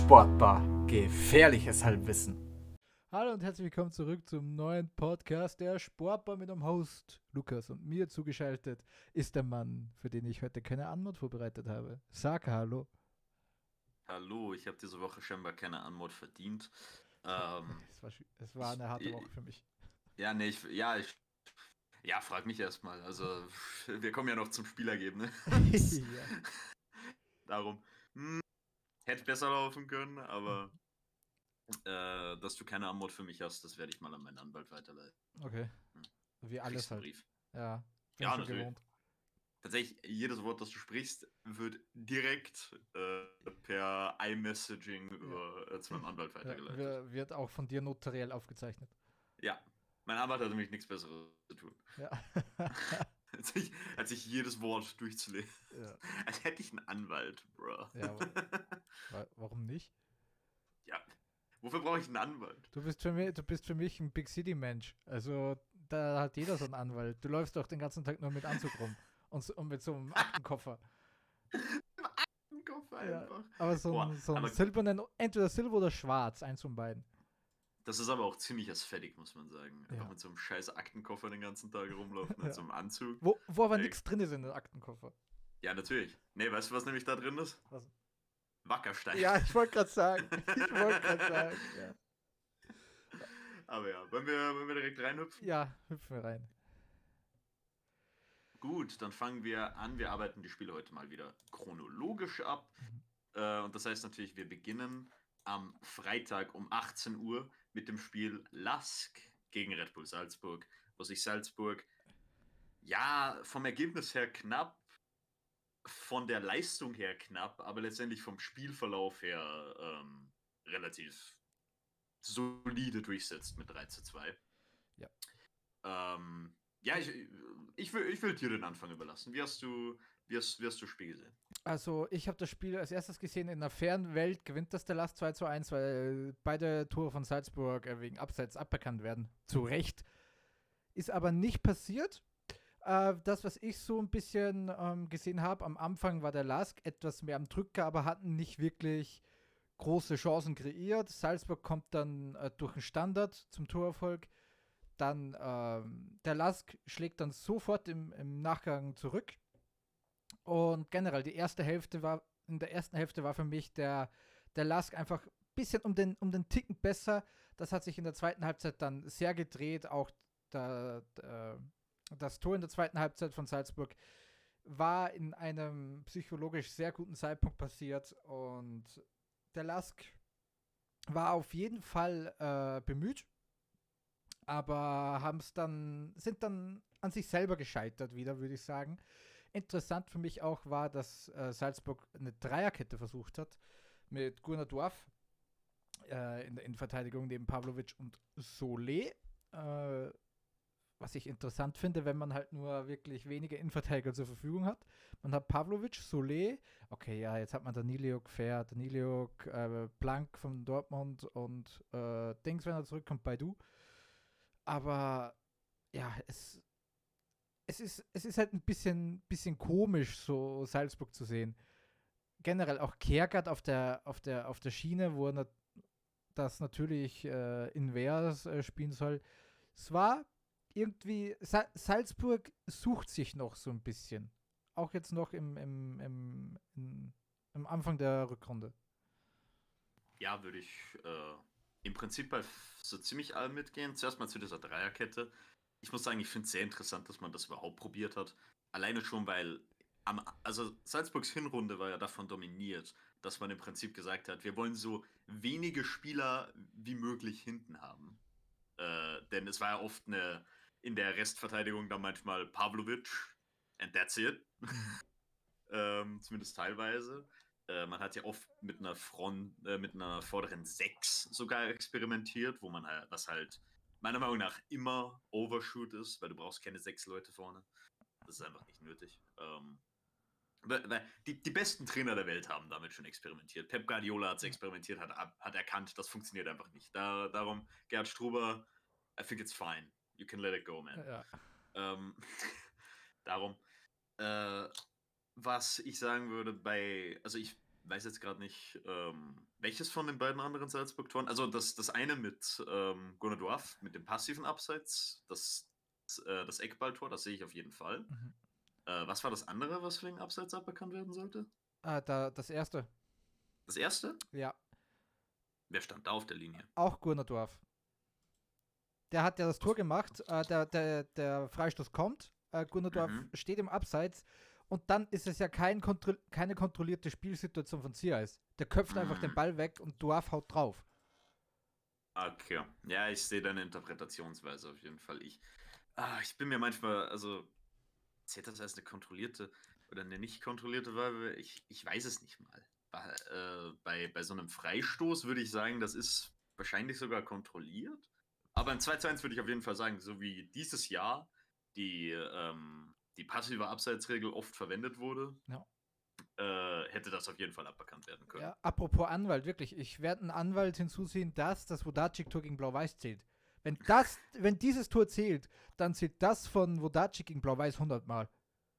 Sportbar. Gefährliches Halbwissen. Hallo und herzlich willkommen zurück zum neuen Podcast der Sportbar mit dem Host Lukas. Und mir zugeschaltet ist der Mann, für den ich heute keine Anmod vorbereitet habe. Sag hallo. Hallo, ich habe diese Woche scheinbar keine Anmod verdient. Es war eine harte Woche für mich. Frag mich erstmal. Also, wir kommen ja noch zum Spielergebnis. Ja. Darum, hätte besser laufen können, aber dass du keine Anmod für mich hast, das werde ich mal an meinen Anwalt weiterleiten. Okay. Wie alles Kriegst einen halt. Brief. Ja, bin Ja, schon natürlich. gewohnt. Tatsächlich, jedes Wort, das du sprichst, wird direkt per iMessaging zu meinem Anwalt weitergeleitet. Wird auch von dir notariell aufgezeichnet. Ja, mein Anwalt hat nämlich nichts Besseres zu tun. Ja. als ich jedes Wort durchzulesen. Ja. Als hätte ich einen Anwalt, bro. Ja, warum nicht? Ja, wofür brauche ich einen Anwalt? Du bist für mich ein Big City Mensch. Also da hat jeder so einen Anwalt. Du läufst doch den ganzen Tag nur mit Anzug rum und mit so einem Aktenkoffer. Kopf Ja, einfach. aber so einen aber silbernen, entweder silber oder schwarz, eins von beiden. das ist aber auch ziemlich aesthetic, muss man sagen. Einfach Ja. mit so einem scheiß Aktenkoffer den ganzen Tag rumlaufen, mit so einem Anzug. Wo aber Ey. nichts drin ist in den Aktenkoffer. Ja, natürlich. Nee, weißt du, was nämlich da drin ist? Was? Wackerstein. Ja, ich wollte gerade sagen. Ja. Aber ja, wollen wir direkt reinhüpfen? Ja, hüpfen wir rein. Gut, dann fangen wir an. Wir arbeiten die Spiele heute mal wieder chronologisch ab. Und das heißt natürlich, wir beginnen am Freitag um 18 Uhr mit dem Spiel LASK gegen Red Bull Salzburg, wo sich Salzburg, ja, vom Ergebnis her knapp, von der Leistung her knapp, aber letztendlich vom Spielverlauf her relativ solide durchsetzt mit 3:2. Ja. Ich will dir den Anfang überlassen. Wie hast du das Spiel gesehen? Also, ich habe das Spiel als erstes gesehen, in einer fairen Welt gewinnt das der Last 2:1, weil beide Tore von Salzburg wegen Abseits aberkannt werden. Zu Recht. Ist aber nicht passiert. Das, was ich so ein bisschen gesehen habe, am Anfang war der Lask etwas mehr am Drücker, aber hatten nicht wirklich große Chancen kreiert. Salzburg kommt dann durch einen Standard zum Torerfolg. Dann der Lask schlägt dann sofort im Nachgang zurück. Und generell, in der ersten Hälfte war für mich der Lask einfach ein bisschen um den Ticken besser. Das hat sich in der zweiten Halbzeit dann sehr gedreht. Auch das Tor in der zweiten Halbzeit von Salzburg war in einem psychologisch sehr guten Zeitpunkt passiert. Und der Lask war auf jeden Fall bemüht, aber sind dann an sich selber gescheitert wieder, würde ich sagen. Interessant für mich auch war, dass Salzburg eine Dreierkette versucht hat mit Gurner Dorf in Verteidigung neben Pavlovic und Solé. Was ich interessant finde, wenn man halt nur wirklich wenige Innenverteidiger zur Verfügung hat. Man hat Pavlovic, Solé, okay, ja, jetzt hat man Daniliuk, Blank von Dortmund und Dings, wenn er zurückkommt, Baidoo. Aber ja, es ist halt ein bisschen komisch, so Salzburg zu sehen. Generell auch Kjærgaard auf der Schiene, wo er das natürlich invers spielen soll. Es war irgendwie, Salzburg sucht sich noch so ein bisschen. Auch jetzt noch im Anfang der Rückrunde. Ja, würde ich im Prinzip bei so ziemlich allem mitgehen. Zuerst mal zu dieser Dreierkette. Ich muss sagen, ich finde es sehr interessant, dass man das überhaupt probiert hat. Alleine schon, weil Salzburgs Hinrunde war ja davon dominiert, dass man im Prinzip gesagt hat, wir wollen so wenige Spieler wie möglich hinten haben. Denn es war ja oft in der Restverteidigung dann manchmal Pavlovic and that's it. Zumindest teilweise. Man hat ja oft mit einer vorderen 6 sogar experimentiert, was halt meiner Meinung nach immer Overshoot ist, weil du brauchst keine 6 Leute vorne. Das ist einfach nicht nötig. Weil die besten Trainer der Welt haben damit schon experimentiert. Pep Guardiola hat es experimentiert, hat erkannt, das funktioniert einfach nicht. Darum, Gerhard Struber, I think it's fine. You can let it go, man. Ja. Darum, was ich sagen würde weiß jetzt gerade nicht, welches von den beiden anderen Salzburg-Toren. Also das eine mit Gunnar Dwarf, mit dem passiven Abseits, das Eckballtor, das sehe ich auf jeden Fall. Mhm. Was war das andere, was wegen Abseits aberkannt werden sollte? Das erste, Das erste? ja, Wer stand da auf der Linie? auch Gurnerdorf. Der hat ja das Tor gemacht, der Freistoß kommt, Gurnerdorf Mhm. steht im Abseits und dann ist es ja keine kontrollierte Spielsituation von Ziereis. Der köpft einfach den Mhm. Ball weg und Dwarf haut drauf. Okay. Ja, ich sehe deine Interpretationsweise auf jeden Fall. Ich bin mir manchmal, also zählt das als eine kontrollierte oder eine nicht kontrollierte Wahl? Ich weiß es nicht mal. Bei so einem Freistoß würde ich sagen, das ist wahrscheinlich sogar kontrolliert. Aber im 2:1 würde ich auf jeden Fall sagen, so wie dieses Jahr die passive Abseitsregel oft verwendet wurde, Ja. hätte das auf jeden Fall aberkannt werden können. Ja, apropos Anwalt, wirklich, ich werde einen Anwalt hinzuziehen, dass das Vodacic-Tor gegen Blau-Weiß zählt. Wenn dieses Tor zählt, dann zählt das von Vodacic gegen Blau-Weiß 100 Mal.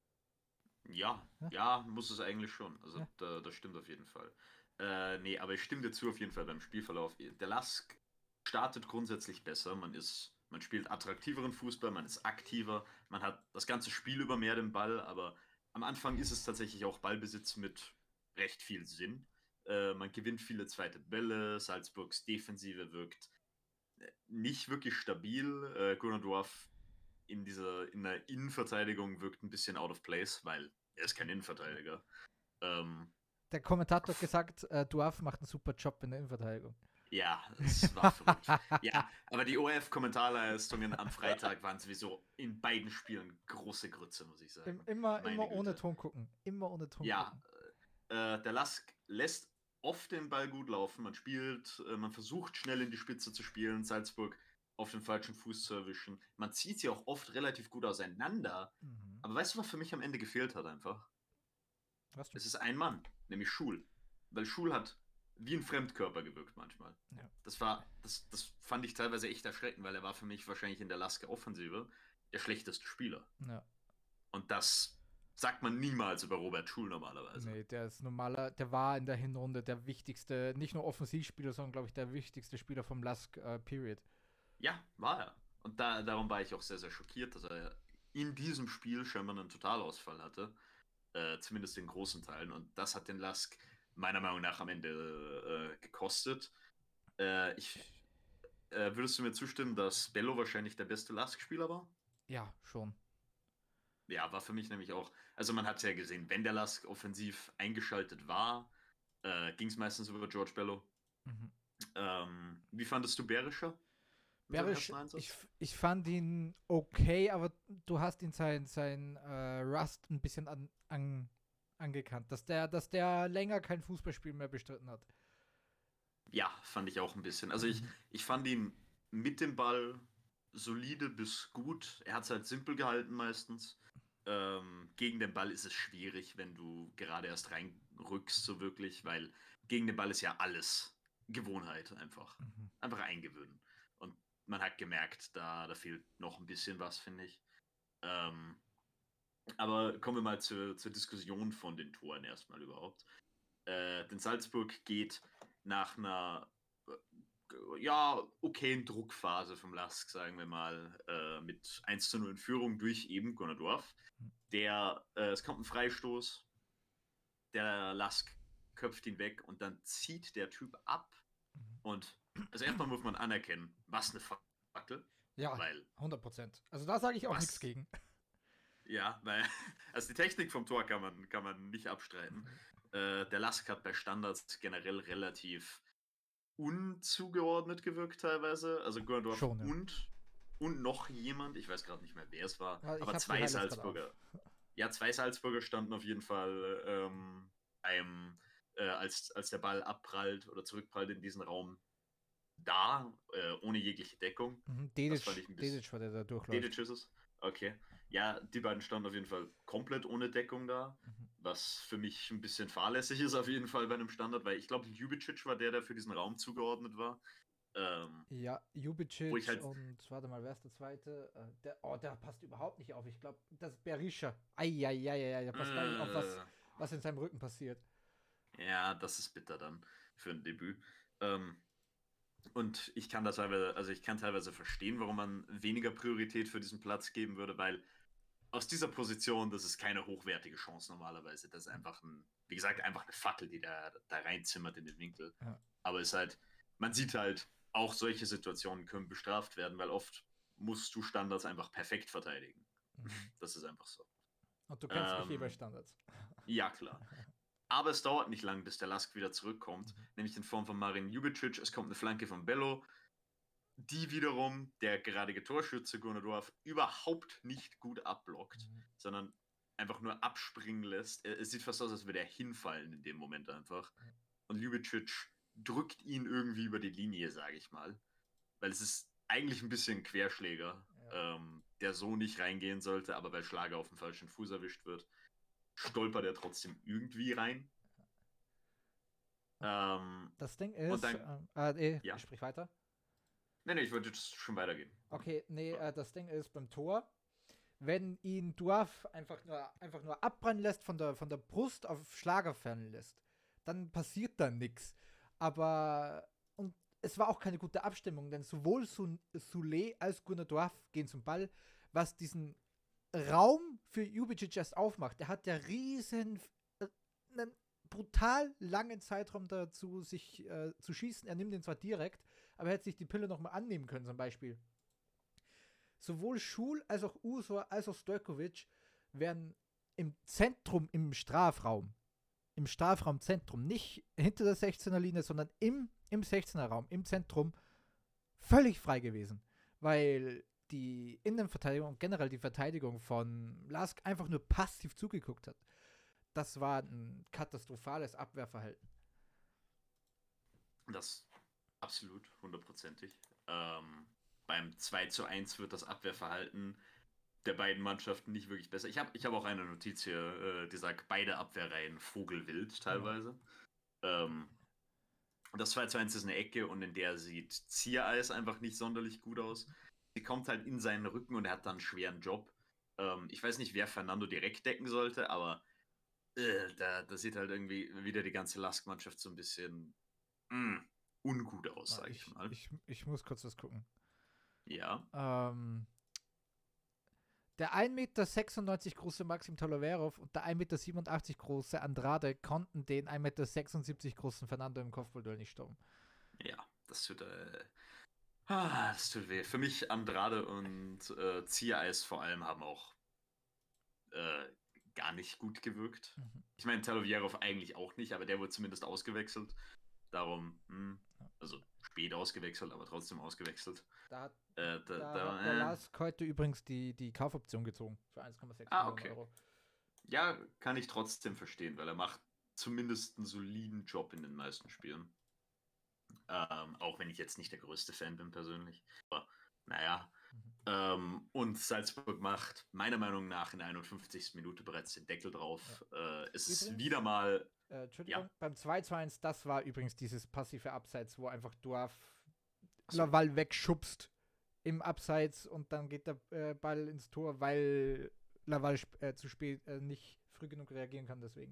Ja, Ja. ja, muss es eigentlich schon. Also Ja. das stimmt auf jeden Fall. Nee, aber ich stimme dir zu auf jeden Fall beim Spielverlauf. Der Lask startet grundsätzlich besser. Man spielt attraktiveren Fußball, man ist aktiver, man hat das ganze Spiel über mehr den Ball, aber am Anfang ist es tatsächlich auch Ballbesitz mit recht viel Sinn. Man gewinnt viele zweite Bälle, Salzburgs Defensive wirkt nicht wirklich stabil. Gunnar Dwarf in der Innenverteidigung wirkt ein bisschen out of place, weil er ist kein Innenverteidiger. Der Kommentator hat gesagt, Dwarf macht einen super Job in der Innenverteidigung. Ja, es war verrückt. Ja, aber die ORF-Kommentarleistungen am Freitag waren sowieso in beiden Spielen große Grütze, muss ich sagen. Immer Meine ohne Güte. Ton gucken. Immer ohne Ton Ja, gucken. der Lask lässt oft den Ball gut laufen. Man versucht schnell in die Spitze zu spielen, Salzburg auf den falschen Fuß zu erwischen. Man zieht sie auch oft relativ gut auseinander. Mhm. Aber weißt du, was für mich am Ende gefehlt hat einfach? Was du? Es ist ein Mann, nämlich Schul. Weil Schul hat wie ein Fremdkörper gewirkt manchmal. Ja. Das fand ich teilweise echt erschreckend, weil er war für mich wahrscheinlich in der Lasker-Offensive der schlechteste Spieler. Ja. Und das sagt man niemals über Robert Schul normalerweise. Nee, der ist normaler, der war in der Hinrunde der wichtigste, nicht nur Offensivspieler, sondern glaube ich der wichtigste Spieler vom Lask Period. Ja, war er. Und darum war ich auch sehr, sehr schockiert, dass er in diesem Spiel scheinbar einen Totalausfall hatte. Zumindest in großen Teilen. Und das hat den Lask meiner Meinung nach am Ende gekostet. Würdest du mir zustimmen, dass Bello wahrscheinlich der beste Lask-Spieler war? Ja, schon. Ja, war für mich nämlich auch. Also man hat ja gesehen, wenn der Lask offensiv eingeschaltet war, ging es meistens über George Bello. Mhm. Wie fandest du Berischer? Berisch, ich fand ihn okay, aber du hast ihn sein Rust ein bisschen angekannt, dass der länger kein Fußballspiel mehr bestritten hat. Ja, fand ich auch ein bisschen. Also ich fand ihn mit dem Ball solide bis gut. Er hat es halt simpel gehalten meistens. Gegen den Ball ist es schwierig, wenn du gerade erst reinrückst, so wirklich, weil gegen den Ball ist ja alles Gewohnheit einfach. Mhm. Einfach eingewöhnen. Und man hat gemerkt, da fehlt noch ein bisschen was, finde ich. Aber kommen wir mal zur Diskussion von den Toren erstmal überhaupt. Denn Salzburg geht nach einer ja, okayen Druckphase vom Lask, sagen wir mal, mit 1:0 in Führung durch eben Gunnar Dwarf. Es kommt ein Freistoß, der Lask köpft ihn weg und dann zieht der Typ ab. Und also erstmal muss man anerkennen, was eine Fackel. Ja, weil 100%. Also da sage ich auch Was? nichts gegen. Ja, weil also die Technik vom Tor kann man nicht abstreiten. Der Lask hat bei Standards generell relativ unzugeordnet gewirkt teilweise. Also Guardorf Schon, ja. und noch jemand, ich weiß gerade nicht mehr, wer es war, Ja, ich aber hab die Highlights gerade zwei Salzburger standen auf jeden Fall als der Ball abprallt oder zurückprallt in diesen Raum da, ohne jegliche Deckung. Mhm. Das fand ich ein bisschen. Dedic war der da durchläuft. Dedic ist es? Okay. Ja, die beiden standen auf jeden Fall komplett ohne Deckung da, Mhm. was für mich ein bisschen fahrlässig ist auf jeden Fall bei einem Standard, weil ich glaube, Ljubicic war der für diesen Raum zugeordnet war. Ja, Jubicic Wo ich halt- und warte mal, wer ist der zweite? Der passt überhaupt nicht auf. Ich glaube, das ist Berisha. Eieieiei, der passt gar nicht auf, was in seinem Rücken passiert. Ja, das ist bitter dann für ein Debüt. Ähm, und ich kann das teilweise, also ich kann teilweise verstehen, warum man weniger Priorität für diesen Platz geben würde, weil aus dieser Position, das ist keine hochwertige Chance normalerweise. Das ist einfach wie gesagt, einfach eine Fackel, die da reinzimmert in den Winkel. Ja. Aber es ist halt, man sieht halt, auch solche Situationen können bestraft werden, weil oft musst du Standards einfach perfekt verteidigen. Mhm. Das ist einfach so. Und du kennst mich bei Ähm, Standards. ja, klar. Aber es dauert nicht lang, bis der Lask wieder zurückkommt, nämlich in Form von Marin Ljubicic. Es kommt eine Flanke von Bello, die wiederum der geradige Torschütze Gunodorf überhaupt nicht gut abblockt, sondern einfach nur abspringen lässt. Es sieht fast aus, als würde er hinfallen in dem Moment einfach. Und Ljubicic drückt ihn irgendwie über die Linie, sage ich mal. Weil es ist eigentlich ein bisschen ein Querschläger, der so nicht reingehen sollte, aber weil Schlager auf dem falschen Fuß erwischt wird, stolpert er trotzdem irgendwie rein. Das Ding Und ist, dann, ja. sprich weiter. Nee, ich wollte jetzt schon weitergehen. Okay, nee, das Ding ist beim Tor, wenn ihn Duaf einfach nur abbrennen lässt, von der Brust auf Schlager fallen lässt, dann passiert da nichts. Aber, und es war auch keine gute Abstimmung, denn sowohl Sule als Gunnar Duaf gehen zum Ball, was diesen Raum für Jubicic erst aufmacht. Der hat ja einen brutal langen Zeitraum dazu, sich zu schießen. Er nimmt den zwar direkt, aber er hätte sich die Pille nochmal annehmen können, zum Beispiel. Sowohl Schul als auch Usor als auch Stojkovic werden im Zentrum, im Strafraumzentrum, nicht hinter der 16er Linie, sondern im 16er Raum, im Zentrum, völlig frei gewesen. Weil die Innenverteidigung und generell die Verteidigung von Lask einfach nur passiv zugeguckt hat. Das war ein katastrophales Abwehrverhalten. Das absolut, hundertprozentig. Beim 2:1 wird das Abwehrverhalten der beiden Mannschaften nicht wirklich besser. Ich hab auch eine Notiz hier, die sagt, beide Abwehrreihen vogelwild teilweise. Das 2:1 ist eine Ecke und in der sieht Ziereis einfach nicht sonderlich gut aus. Sie kommt halt in seinen Rücken und er hat dann einen schweren Job. Ich weiß nicht, wer Fernando direkt decken sollte, aber da sieht halt irgendwie wieder die ganze Lask-Mannschaft so ein bisschen ungut aus, sag ich mal. Ich muss kurz was gucken. Ja. Der 1,96 Meter große Maxim Toloverov und der 1,87 Meter große Andrade konnten den 1,76 Meter großen Fernando im Kopfballduell nicht stoppen. Ja, das tut weh. Für mich Andrade und Ziereis vor allem haben auch gar nicht gut gewirkt. Ich meine, Talovierov eigentlich auch nicht, aber der wurde zumindest ausgewechselt. Darum, also spät ausgewechselt, aber trotzdem ausgewechselt. Da hat der Lask heute übrigens die Kaufoption gezogen für 1,6 Millionen Euro. Ja, kann ich trotzdem verstehen, weil er macht zumindest einen soliden Job in den meisten Spielen. Auch wenn ich jetzt nicht der größte Fan bin persönlich. Aber naja. Und Salzburg macht meiner Meinung nach in der 51. Minute bereits den Deckel drauf. Ja. Es übrigens, ist wieder mal... Entschuldigung, beim 2:1, das war übrigens dieses passive Abseits, wo einfach Duaf Laval wegschubst im Abseits und dann geht der Ball ins Tor, weil Laval zu spät nicht früh genug reagieren kann, deswegen.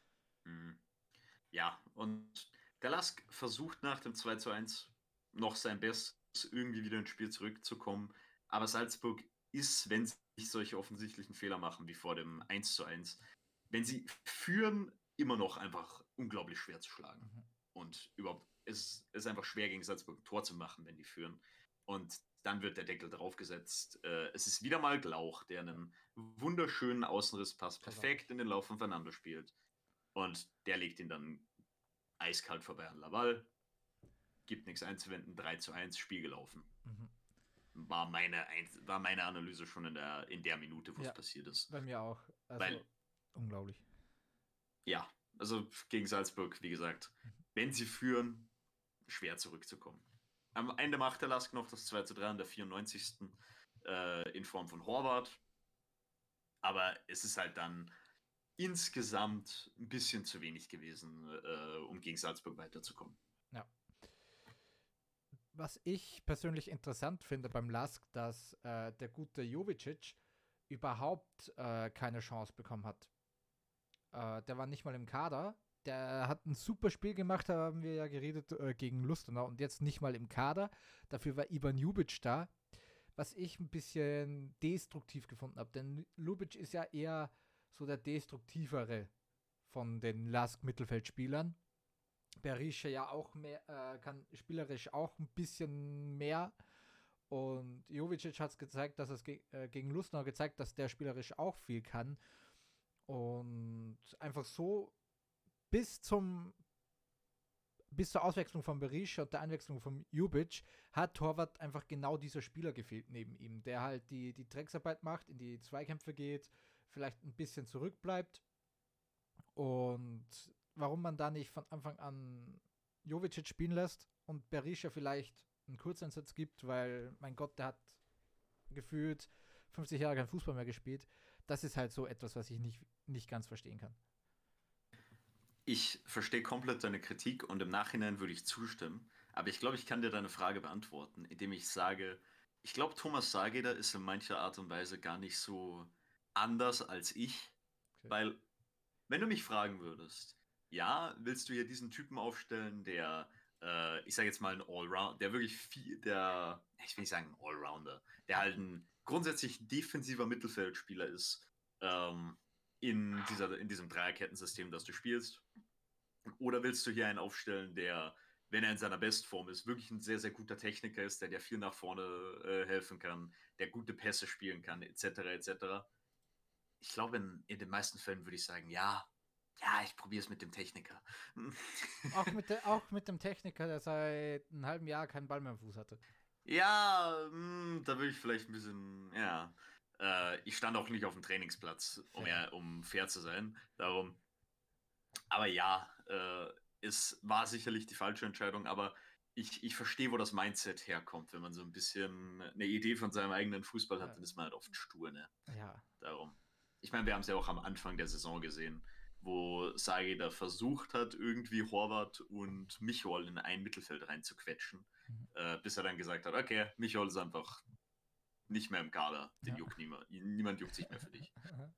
Ja, und der Lask versucht nach dem 2:1 noch sein Bestes, irgendwie wieder ins Spiel zurückzukommen. Aber Salzburg ist, wenn sie nicht solche offensichtlichen Fehler machen wie vor dem 1:1, wenn sie führen, immer noch einfach unglaublich schwer zu schlagen. Und überhaupt, es ist einfach schwer, gegen Salzburg ein Tor zu machen, wenn die führen. Und dann wird der Deckel draufgesetzt. Es ist wieder mal Glauch, der einen wunderschönen Außenrisspass perfekt in den Lauf von Fernando spielt. Und der legt ihn dann eiskalt vorbei an Laval. Gibt nichts einzuwenden, 3:1, Spiel gelaufen. War meine Analyse schon in der Minute, wo es passiert ist. Bei mir auch. Also, unglaublich. Ja, also gegen Salzburg, wie gesagt, wenn sie führen, schwer zurückzukommen. Am Ende macht der Lask noch das 2:3 in der 94. In Form von Horvath. Aber es ist halt dann insgesamt ein bisschen zu wenig gewesen, um gegen Salzburg weiterzukommen. Ja. Was ich persönlich interessant finde beim Lask, dass der gute Jovicic überhaupt keine Chance bekommen hat. Der war nicht mal im Kader Der hat ein super Spiel gemacht, da haben wir ja geredet, gegen Lustenau und jetzt nicht mal im Kader. Dafür war Ivan Ljubic da, was ich ein bisschen destruktiv gefunden habe. Denn Ljubic ist ja eher so der destruktivere von den Lask-Mittelfeldspielern. Berisha ja auch mehr, kann spielerisch auch ein bisschen mehr. Und Jovicic hat es gezeigt, dass es gegen Lustenau gezeigt, dass der spielerisch auch viel kann. Und einfach so bis zur Auswechslung von Berisha und der Einwechslung von Ljubic hat Torwart einfach genau dieser Spieler gefehlt neben ihm, der halt die Drecksarbeit macht, in die Zweikämpfe geht, vielleicht ein bisschen zurückbleibt. Und warum man da nicht von Anfang an Jovicic spielen lässt und Berisha vielleicht einen Kurzeinsatz gibt, weil, mein Gott, der hat gefühlt 50 Jahre kein Fußball mehr gespielt. Das ist halt so etwas, was ich nicht ganz verstehen kann. Ich verstehe komplett deine Kritik und im Nachhinein würde ich zustimmen. Aber ich glaube, ich kann dir deine Frage beantworten, indem ich sage, ich glaube, Thomas Saargeder ist in mancher Art und Weise gar nicht so anders als ich. Okay. Weil, wenn du mich fragen würdest, ja, willst du hier diesen Typen aufstellen, der, ich sage jetzt mal ein Allround, der wirklich viel, ich will nicht sagen ein Allrounder, der halt ein grundsätzlich defensiver Mittelfeldspieler ist, in diesem Dreierkettensystem, das du spielst? Oder willst du hier einen aufstellen, der, wenn er in seiner Bestform ist, wirklich ein sehr, sehr guter Techniker ist, der dir viel nach vorne helfen kann, der gute Pässe spielen kann, etc., etc.? Ich glaube, in den meisten Fällen würde ich sagen, ja, ich probiere es mit dem Techniker. Auch mit dem Techniker, der seit einem halben Jahr keinen Ball mehr am Fuß hatte. Ja, da würde ich vielleicht ein bisschen, ja. Ich stand auch nicht auf dem Trainingsplatz, um fair zu sein. Darum. Aber ja, es war sicherlich die falsche Entscheidung, aber ich verstehe, wo das Mindset herkommt. Wenn man so ein bisschen eine Idee von seinem eigenen Fußball hat, dann ist man halt oft stur, ne? Ja. Darum. Ich meine, wir haben es ja auch am Anfang der Saison gesehen, wo Sagi da versucht hat, irgendwie Horvath und Michol in ein Mittelfeld reinzuquetschen, bis er dann gesagt hat, okay, Michol ist einfach nicht mehr im Kader, den juckt niemand. Niemand juckt sich mehr für dich.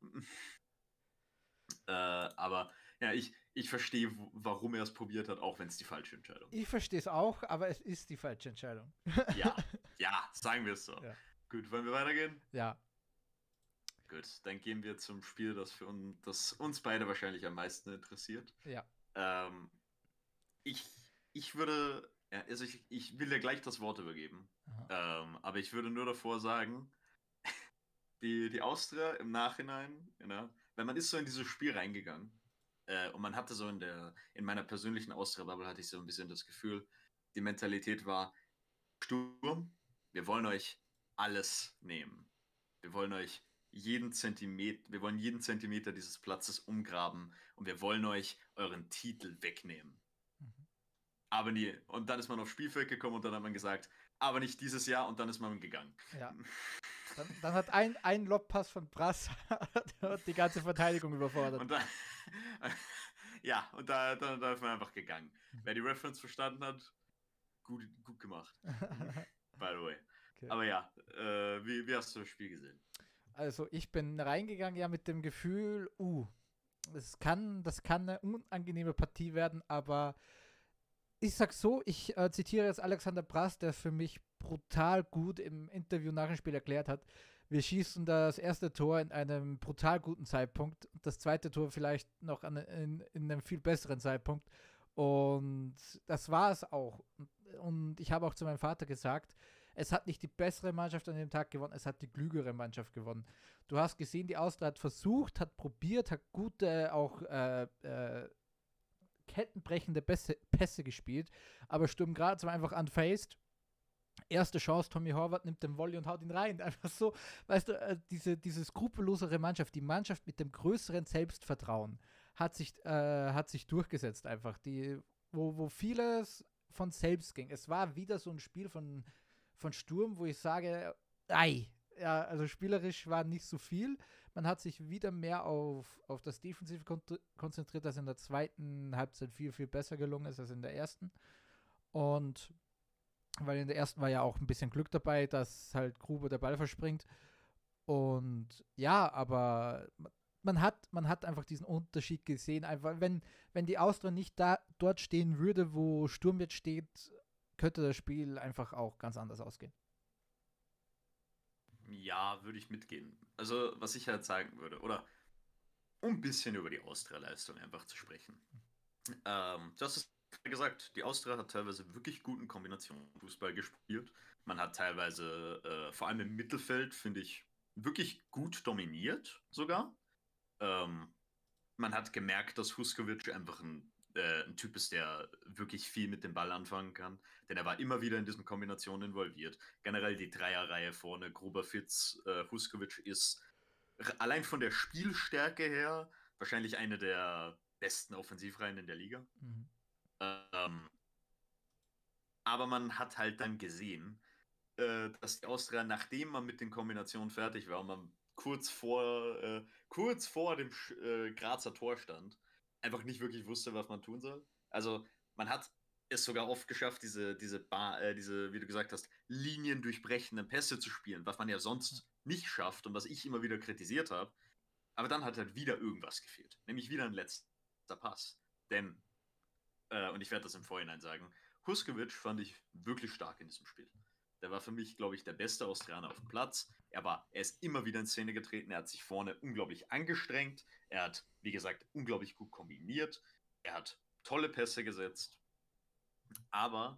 Aber ja, ich verstehe, warum er es probiert hat, auch wenn es die falsche Entscheidung ist. Ich verstehe es auch, aber es ist die falsche Entscheidung. Ja, sagen wir es so. Ja. Gut, wollen wir weitergehen? Ja. Gut, dann gehen wir zum Spiel, das uns beide wahrscheinlich am meisten interessiert. Ja. Ich würde, also ich will dir gleich das Wort übergeben, aber ich würde nur davor sagen, die Austria im Nachhinein, wenn man ist so in dieses Spiel reingegangen und man hatte so in meiner persönlichen Austria-Bubble hatte ich so ein bisschen das Gefühl, die Mentalität war, Sturm, wir wollen euch alles nehmen. Wir wollen jeden Zentimeter dieses Platzes umgraben und wir wollen euch euren Titel wegnehmen. Aber nie. Und dann ist man aufs Spielfeld gekommen und dann hat man gesagt, aber nicht dieses Jahr und dann ist man gegangen. Ja. Dann hat ein Lobpass von Brass die ganze Verteidigung überfordert. Und dann, und da ist man einfach gegangen. Wer die Reference verstanden hat, gut gemacht. By the way. Okay. Aber ja, wie hast du das Spiel gesehen? Also ich bin reingegangen ja mit dem Gefühl, das kann eine unangenehme Partie werden, aber ich sag so, ich zitiere jetzt Alexander Brass, der für mich brutal gut im Interview nach dem Spiel erklärt hat, wir schießen das erste Tor in einem brutal guten Zeitpunkt, das zweite Tor vielleicht noch in einem viel besseren Zeitpunkt und das war es auch. Und ich habe auch zu meinem Vater gesagt, es hat nicht die bessere Mannschaft an dem Tag gewonnen, es hat die klügere Mannschaft gewonnen. Du hast gesehen, die Austria hat versucht, hat probiert, hat gute auch kettenbrechende Pässe gespielt, aber Sturm Graz war einfach unfaced. Erste Chance, Tommy Horvath nimmt den Volley und haut ihn rein. Einfach so, weißt du, diese skrupellosere Mannschaft, die Mannschaft mit dem größeren Selbstvertrauen hat sich durchgesetzt einfach, wo vieles von selbst ging. Es war wieder so ein Spiel von Sturm, wo ich sage, also spielerisch war nicht so viel. Man hat sich wieder mehr auf das Defensive konzentriert, das in der zweiten Halbzeit viel, viel besser gelungen ist als in der ersten. Und weil in der ersten war ja auch ein bisschen Glück dabei, dass halt Gruber der Ball verspringt. Und ja, aber man hat einfach diesen Unterschied gesehen. Einfach, wenn die Austria nicht dort stehen würde, wo Sturm jetzt steht, könnte das Spiel einfach auch ganz anders ausgehen. Ja, würde ich mitgehen. Also, was ich halt sagen würde, oder um ein bisschen über die Austria-Leistung einfach zu sprechen. Du hast es gesagt, die Austria hat teilweise wirklich guten Kombinationsfußball gespielt. Man hat teilweise, vor allem im Mittelfeld, finde ich, wirklich gut dominiert sogar. Man hat gemerkt, dass Huskovic einfach ein Typ ist, der wirklich viel mit dem Ball anfangen kann, denn er war immer wieder in diesen Kombinationen involviert. Generell die Dreierreihe vorne, Gruber, Fitz, Huskovic ist allein von der Spielstärke her wahrscheinlich eine der besten Offensivreihen in der Liga. Mhm. Aber man hat halt dann gesehen, dass die Austria, nachdem man mit den Kombinationen fertig war und man kurz vor dem Grazer Tor stand, einfach nicht wirklich wusste, was man tun soll. Also man hat es sogar oft geschafft, diese, wie du gesagt hast, liniendurchbrechenden Pässe zu spielen, was man ja sonst nicht schafft und was ich immer wieder kritisiert habe. Aber dann hat halt wieder irgendwas gefehlt, nämlich wieder ein letzter Pass. Denn, und ich werde das im Vorhinein sagen, Huskovic fand ich wirklich stark in diesem Spiel. Der war für mich, glaube ich, der beste Austrianer auf dem Platz. Er ist immer wieder in Szene getreten. Er hat sich vorne unglaublich angestrengt. Er hat, wie gesagt, unglaublich gut kombiniert. Er hat tolle Pässe gesetzt. Aber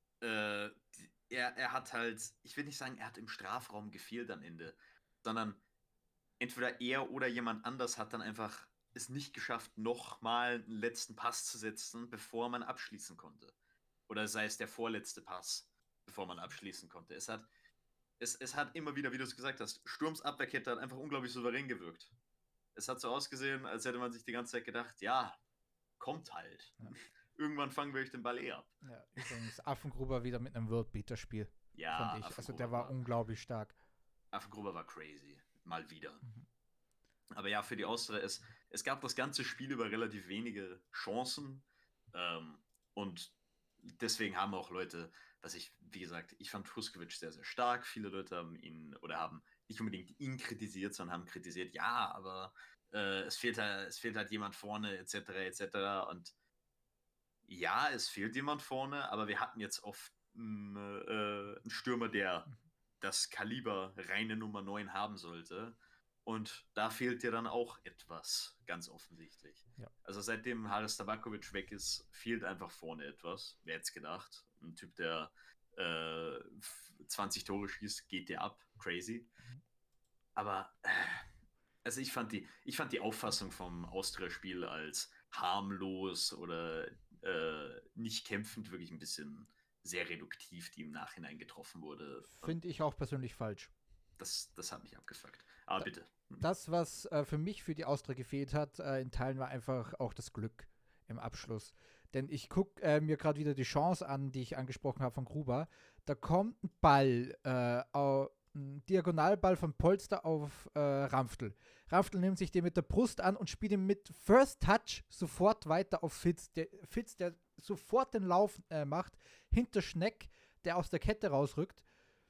er hat halt, ich will nicht sagen, er hat im Strafraum gefehlt am Ende, sondern entweder er oder jemand anders hat dann einfach es nicht geschafft, nochmal einen letzten Pass zu setzen, bevor man abschließen konnte. Oder sei es der vorletzte Pass, bevor man abschließen konnte. Es hat immer wieder, wie du es gesagt hast, Sturms Abwehrkette hat einfach unglaublich souverän gewirkt. Es hat so ausgesehen, als hätte man sich die ganze Zeit gedacht, ja, kommt halt. Ja. Irgendwann fangen wir euch den Ball ab. Ja, übrigens Affengruber wieder mit einem World-Beater-Spiel. Ja, fand ich. Also der war unglaublich stark. Affengruber war crazy. Mal wieder. Mhm. Aber ja, für die Austria, es gab das ganze Spiel über relativ wenige Chancen. Und deswegen haben auch Leute, wie gesagt, ich fand Huskovic sehr, sehr stark. Viele Leute haben haben nicht unbedingt ihn kritisiert, sondern haben kritisiert, ja, aber es fehlt halt jemand vorne, etc., etc. Und ja, es fehlt jemand vorne, aber wir hatten jetzt oft einen Stürmer, der das Kaliber reine Nummer 9 haben sollte. Und da fehlt dir dann auch etwas, ganz offensichtlich. Ja. Also seitdem Haris Tabakovic weg ist, fehlt einfach vorne etwas. Wer hätte es gedacht? Ein Typ, der 20 Tore schießt, geht dir ab. Crazy. Aber also ich fand die Auffassung vom Austria-Spiel als harmlos oder nicht kämpfend wirklich ein bisschen sehr reduktiv, die im Nachhinein getroffen wurde. Finde ich auch persönlich falsch. Das hat mich abgefuckt. Aber bitte. Das, was für mich für die Austria gefehlt hat, in Teilen war einfach auch das Glück im Abschluss. Denn ich gucke mir gerade wieder die Chance an, die ich angesprochen habe von Gruber. Da kommt ein Ball, ein Diagonalball von Polster auf Ramftl. Ramftl nimmt sich den mit der Brust an und spielt ihn mit First Touch sofort weiter auf Fitz. Der sofort den Lauf macht, hinter Schneck, der aus der Kette rausrückt.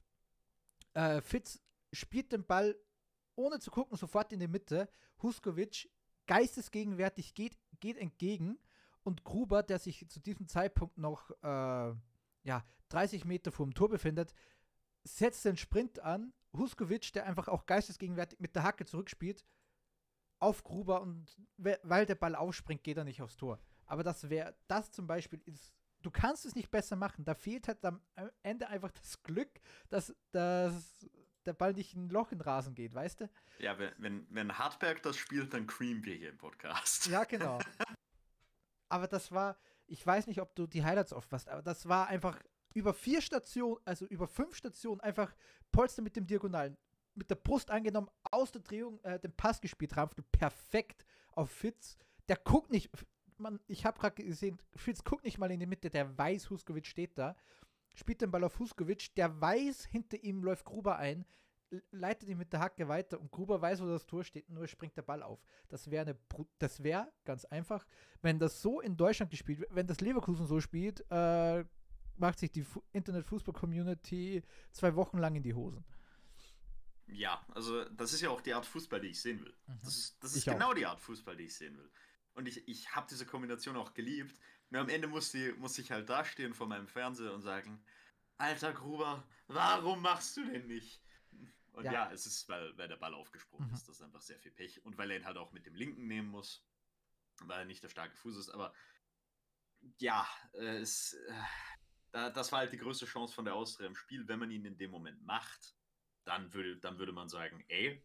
Fitz spielt den Ball ohne zu gucken, sofort in die Mitte. Huskovic, geistesgegenwärtig, geht entgegen. Und Gruber, der sich zu diesem Zeitpunkt noch 30 Meter vor dem Tor befindet, setzt den Sprint an. Huskovic, der einfach auch geistesgegenwärtig mit der Hacke zurückspielt, auf Gruber. Und weil der Ball aufspringt, geht er nicht aufs Tor. Aber das zum Beispiel ist, du kannst es nicht besser machen. Da fehlt halt am Ende einfach das Glück, dass der Ball nicht in ein Loch in den Rasen geht, weißt du? Ja, wenn Hartberg das spielt, dann creamen wir hier im Podcast. Ja, genau. Aber das war, ich weiß nicht, ob du die Highlights aufpasst, aber das war einfach über 5 Stationen einfach Polster mit dem Diagonalen, mit der Brust angenommen, aus der Drehung den Pass gespielt, Ramftl perfekt auf Fitz. Der guckt nicht, ich habe gerade gesehen, Fitz guckt nicht mal in die Mitte, der weiß, Huskovic steht da. Spielt den Ball auf Huskovic, der weiß, hinter ihm läuft Gruber ein, leitet ihn mit der Hacke weiter und Gruber weiß, wo das Tor steht, nur springt der Ball auf. Das wäre ganz einfach, wenn das so in Deutschland gespielt wird, wenn das Leverkusen so spielt, macht sich die Internet-Fußball-Community 2 Wochen lang in die Hosen. Ja, also das ist ja auch die Art Fußball, die ich sehen will. Mhm. Das ist Ich auch. genau die Art Fußball, die ich sehen will. Und ich habe diese Kombination auch geliebt. Nur am Ende muss ich halt dastehen vor meinem Fernseher und sagen, Alter Gruber, warum machst du den nicht? Und Ja. ja, es ist, weil der Ball aufgesprungen Mhm. ist, das ist einfach sehr viel Pech. Und weil er ihn halt auch mit dem linken nehmen muss, weil er nicht der starke Fuß ist. Aber ja, das war halt die größte Chance von der Austria im Spiel. Wenn man ihn in dem Moment macht, dann würde man sagen, ey,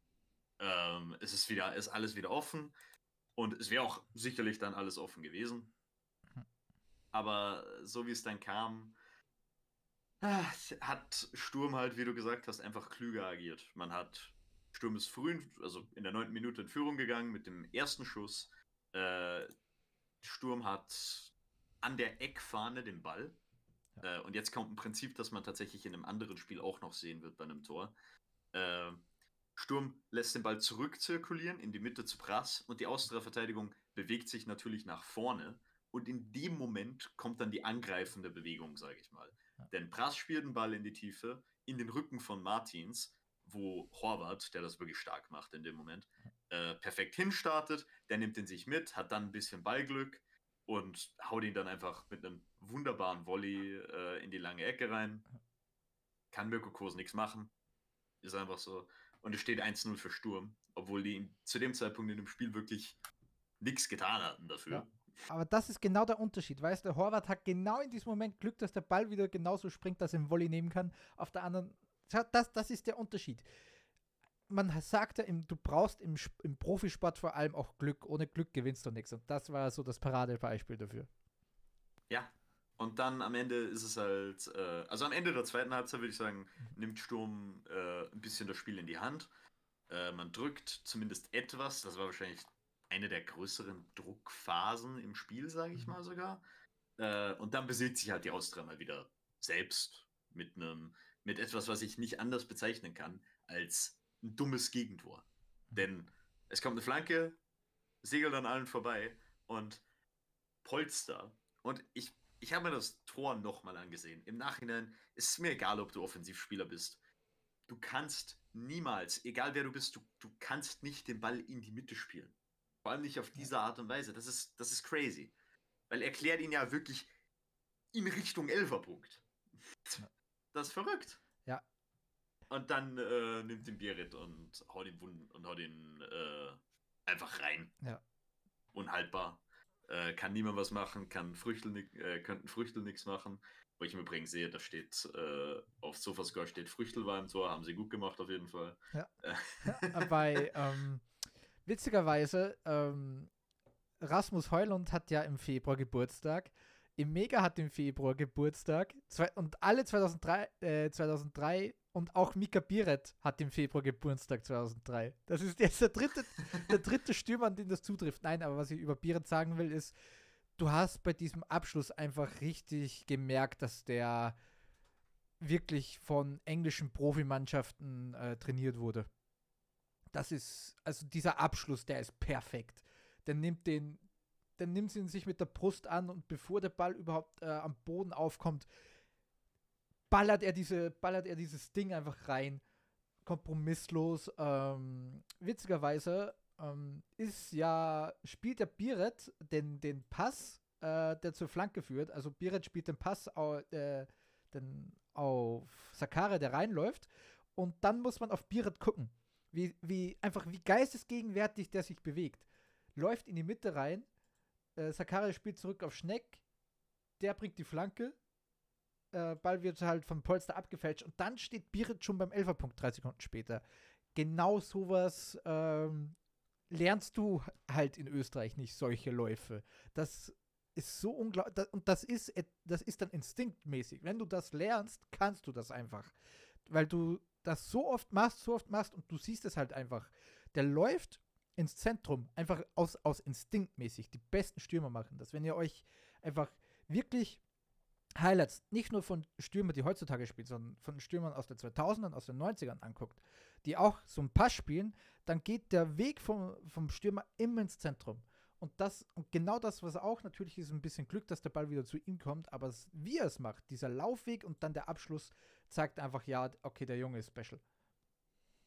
ist alles wieder offen. Und es wäre auch sicherlich dann alles offen gewesen. Mhm. Aber so wie es dann kam, hat Sturm halt, wie du gesagt hast, einfach klüger agiert. Sturm ist früh, also in der 9. Minute in Führung gegangen mit dem ersten Schuss. Äh, Sturm hat an der Eckfahne den Ball. Und jetzt kommt ein Prinzip, das man tatsächlich in einem anderen Spiel auch noch sehen wird bei einem Tor. Äh, Sturm lässt den Ball zurückzirkulieren in die Mitte zu Prass und die Austria-Verteidigung bewegt sich natürlich nach vorne. Und in dem Moment kommt dann die angreifende Bewegung, sage ich mal. Denn Prass spielt den Ball in die Tiefe, in den Rücken von Martins, wo Horvath, der das wirklich stark macht in dem Moment, perfekt hinstartet. Der nimmt den sich mit, hat dann ein bisschen Ballglück und haut ihn dann einfach mit einem wunderbaren Volley in die lange Ecke rein. Kann Mirko Kos nichts machen. Ist einfach so. Und es steht 1-0 für Sturm, obwohl die zu dem Zeitpunkt in dem Spiel wirklich nichts getan hatten dafür. Ja. Aber das ist genau der Unterschied. Weißt du, Horvath hat genau in diesem Moment Glück, dass der Ball wieder genauso springt, dass er im Volley nehmen kann. Auf der anderen, das ist der Unterschied. Man sagt ja, du brauchst im Profisport vor allem auch Glück. Ohne Glück gewinnst du nichts. Und das war so das Paradebeispiel dafür. Ja. Und dann am Ende ist es halt, also am Ende der zweiten Halbzeit würde ich sagen, nimmt Sturm ein bisschen das Spiel in die Hand. Man drückt zumindest etwas. Das war wahrscheinlich eine der größeren Druckphasen im Spiel, sage ich mal sogar. Und dann besiegt sich halt die Austria mal wieder selbst mit etwas, was ich nicht anders bezeichnen kann als ein dummes Gegentor. Denn es kommt eine Flanke, segelt an allen vorbei und Polster. Und ich habe mir das Tor nochmal angesehen. Im Nachhinein ist es mir egal, ob du Offensivspieler bist. Du kannst niemals, egal wer du bist, du kannst nicht den Ball in die Mitte spielen. Vor allem nicht auf diese Art und Weise. Das ist crazy. Weil er klärt ihn ja wirklich in Richtung Elferpunkt. Das ist verrückt. Ja. Und dann nimmt den Berit und haut ihn einfach rein. Ja. Unhaltbar. Kann niemand was machen, könnten Früchtel nichts machen. Wo ich im Übrigen sehe, da steht auf Sofascore steht Früchtel war im Tor, haben sie gut gemacht auf jeden Fall. Ja. Bei witzigerweise, Rasmus Heulund hat ja im Februar Geburtstag. Im Mega hat im Februar Geburtstag. Und alle 2003 und auch Mika Biret hat im Februar Geburtstag 2003. Das ist jetzt der dritte Stürmer, an den das zutrifft. Nein, aber was ich über Biret sagen will, ist, du hast bei diesem Abschluss einfach richtig gemerkt, dass der wirklich von englischen Profimannschaften trainiert wurde. Das ist, also dieser Abschluss, der ist perfekt. Der nimmt sie ihn sich mit der Brust an und bevor der Ball überhaupt am Boden aufkommt, ballert er dieses Ding einfach rein. Kompromisslos. Witzigerweise spielt der Biret den Pass, der zur Flanke führt. Also Biret spielt den Pass auf Sakkari, der reinläuft. Und dann muss man auf Biret gucken. Wie geistesgegenwärtig der sich bewegt. Läuft in die Mitte rein, Sakkari spielt zurück auf Schneck, der bringt die Flanke, Ball wird halt vom Polster abgefälscht und dann steht Biret schon beim Elferpunkt 3 Sekunden später. Genau sowas lernst du halt in Österreich nicht, solche Läufe. Das ist so unglaublich, und das ist dann instinktmäßig. Wenn du das lernst, kannst du das einfach. Weil du das so oft machst und du siehst es halt einfach. Der läuft ins Zentrum, einfach aus instinktmäßig. Die besten Stürmer machen das. Wenn ihr euch einfach wirklich Highlights, nicht nur von Stürmern, die heutzutage spielen, sondern von Stürmern aus den 2000ern, aus den 90ern anguckt, die auch so einen Pass spielen, dann geht der Weg vom Stürmer immer ins Zentrum. Und genau das, was auch natürlich ist, ein bisschen Glück, dass der Ball wieder zu ihm kommt, aber wie er es macht, dieser Laufweg und dann der Abschluss, zeigt einfach, ja, okay, der Junge ist special.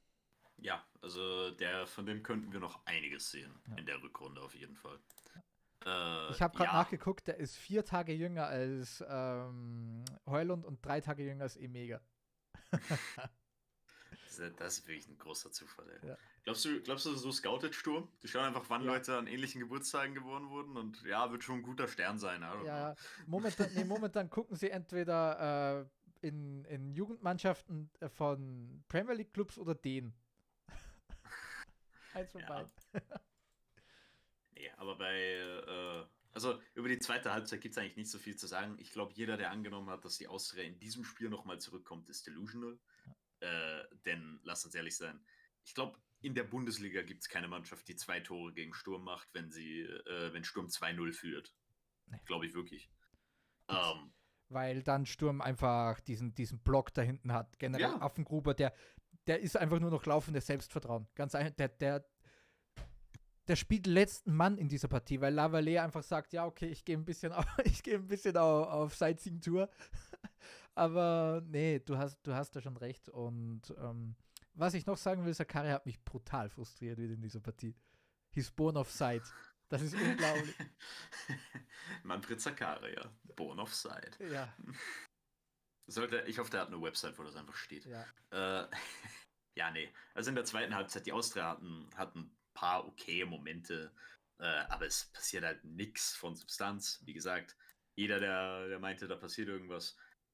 Ja, also von dem könnten wir noch einiges sehen Ja. in der Rückrunde auf jeden Fall. Ich habe gerade Ja, nachgeguckt, der ist 4 Tage jünger als Højlund und 3 Tage jünger als Emega. das ist wirklich ein großer Zufall, ey. Ja. Glaubst du, so scoutet Sturm? Die schauen einfach, wann Ja. Leute an ähnlichen Geburtstagen geboren wurden und ja, wird schon ein guter Stern sein. I don't know. Ja, momentan gucken sie entweder in Jugendmannschaften von Premier League Clubs oder den. Eins von Ja. beiden. Nee, aber also über die zweite Halbzeit gibt es eigentlich nicht so viel zu sagen. Ich glaube, jeder, der angenommen hat, dass die Austria in diesem Spiel nochmal zurückkommt, ist delusional. Denn, lass uns ehrlich sein, ich glaube, in der Bundesliga gibt es keine Mannschaft, die 2 Tore gegen Sturm macht, wenn Sturm 2-0 führt. Nee. Glaube ich wirklich. Weil dann Sturm einfach diesen Block da hinten hat. Generell Ja. Affengruber, der ist einfach nur noch laufendes Selbstvertrauen. Ganz einfach, der spielt letzten Mann in dieser Partie, weil Lavallée einfach sagt, ja, okay, ich gehe ein bisschen auf Sightseeing-Tour. Aber nee, du hast da schon recht. Und was ich noch sagen will, Sakarya hat mich brutal frustriert wieder in dieser Partie. He's born of sight. Das ist unglaublich. Manfred Sakarya, Born of Side. Ja, Ich hoffe, der hat eine Website, wo das einfach steht. ja. Ja, nee. Also in der zweiten Halbzeit, die Austria hatten ein paar okaye Momente, aber es passiert halt nichts von Substanz. Wie gesagt, jeder, der meinte, da passiert irgendwas.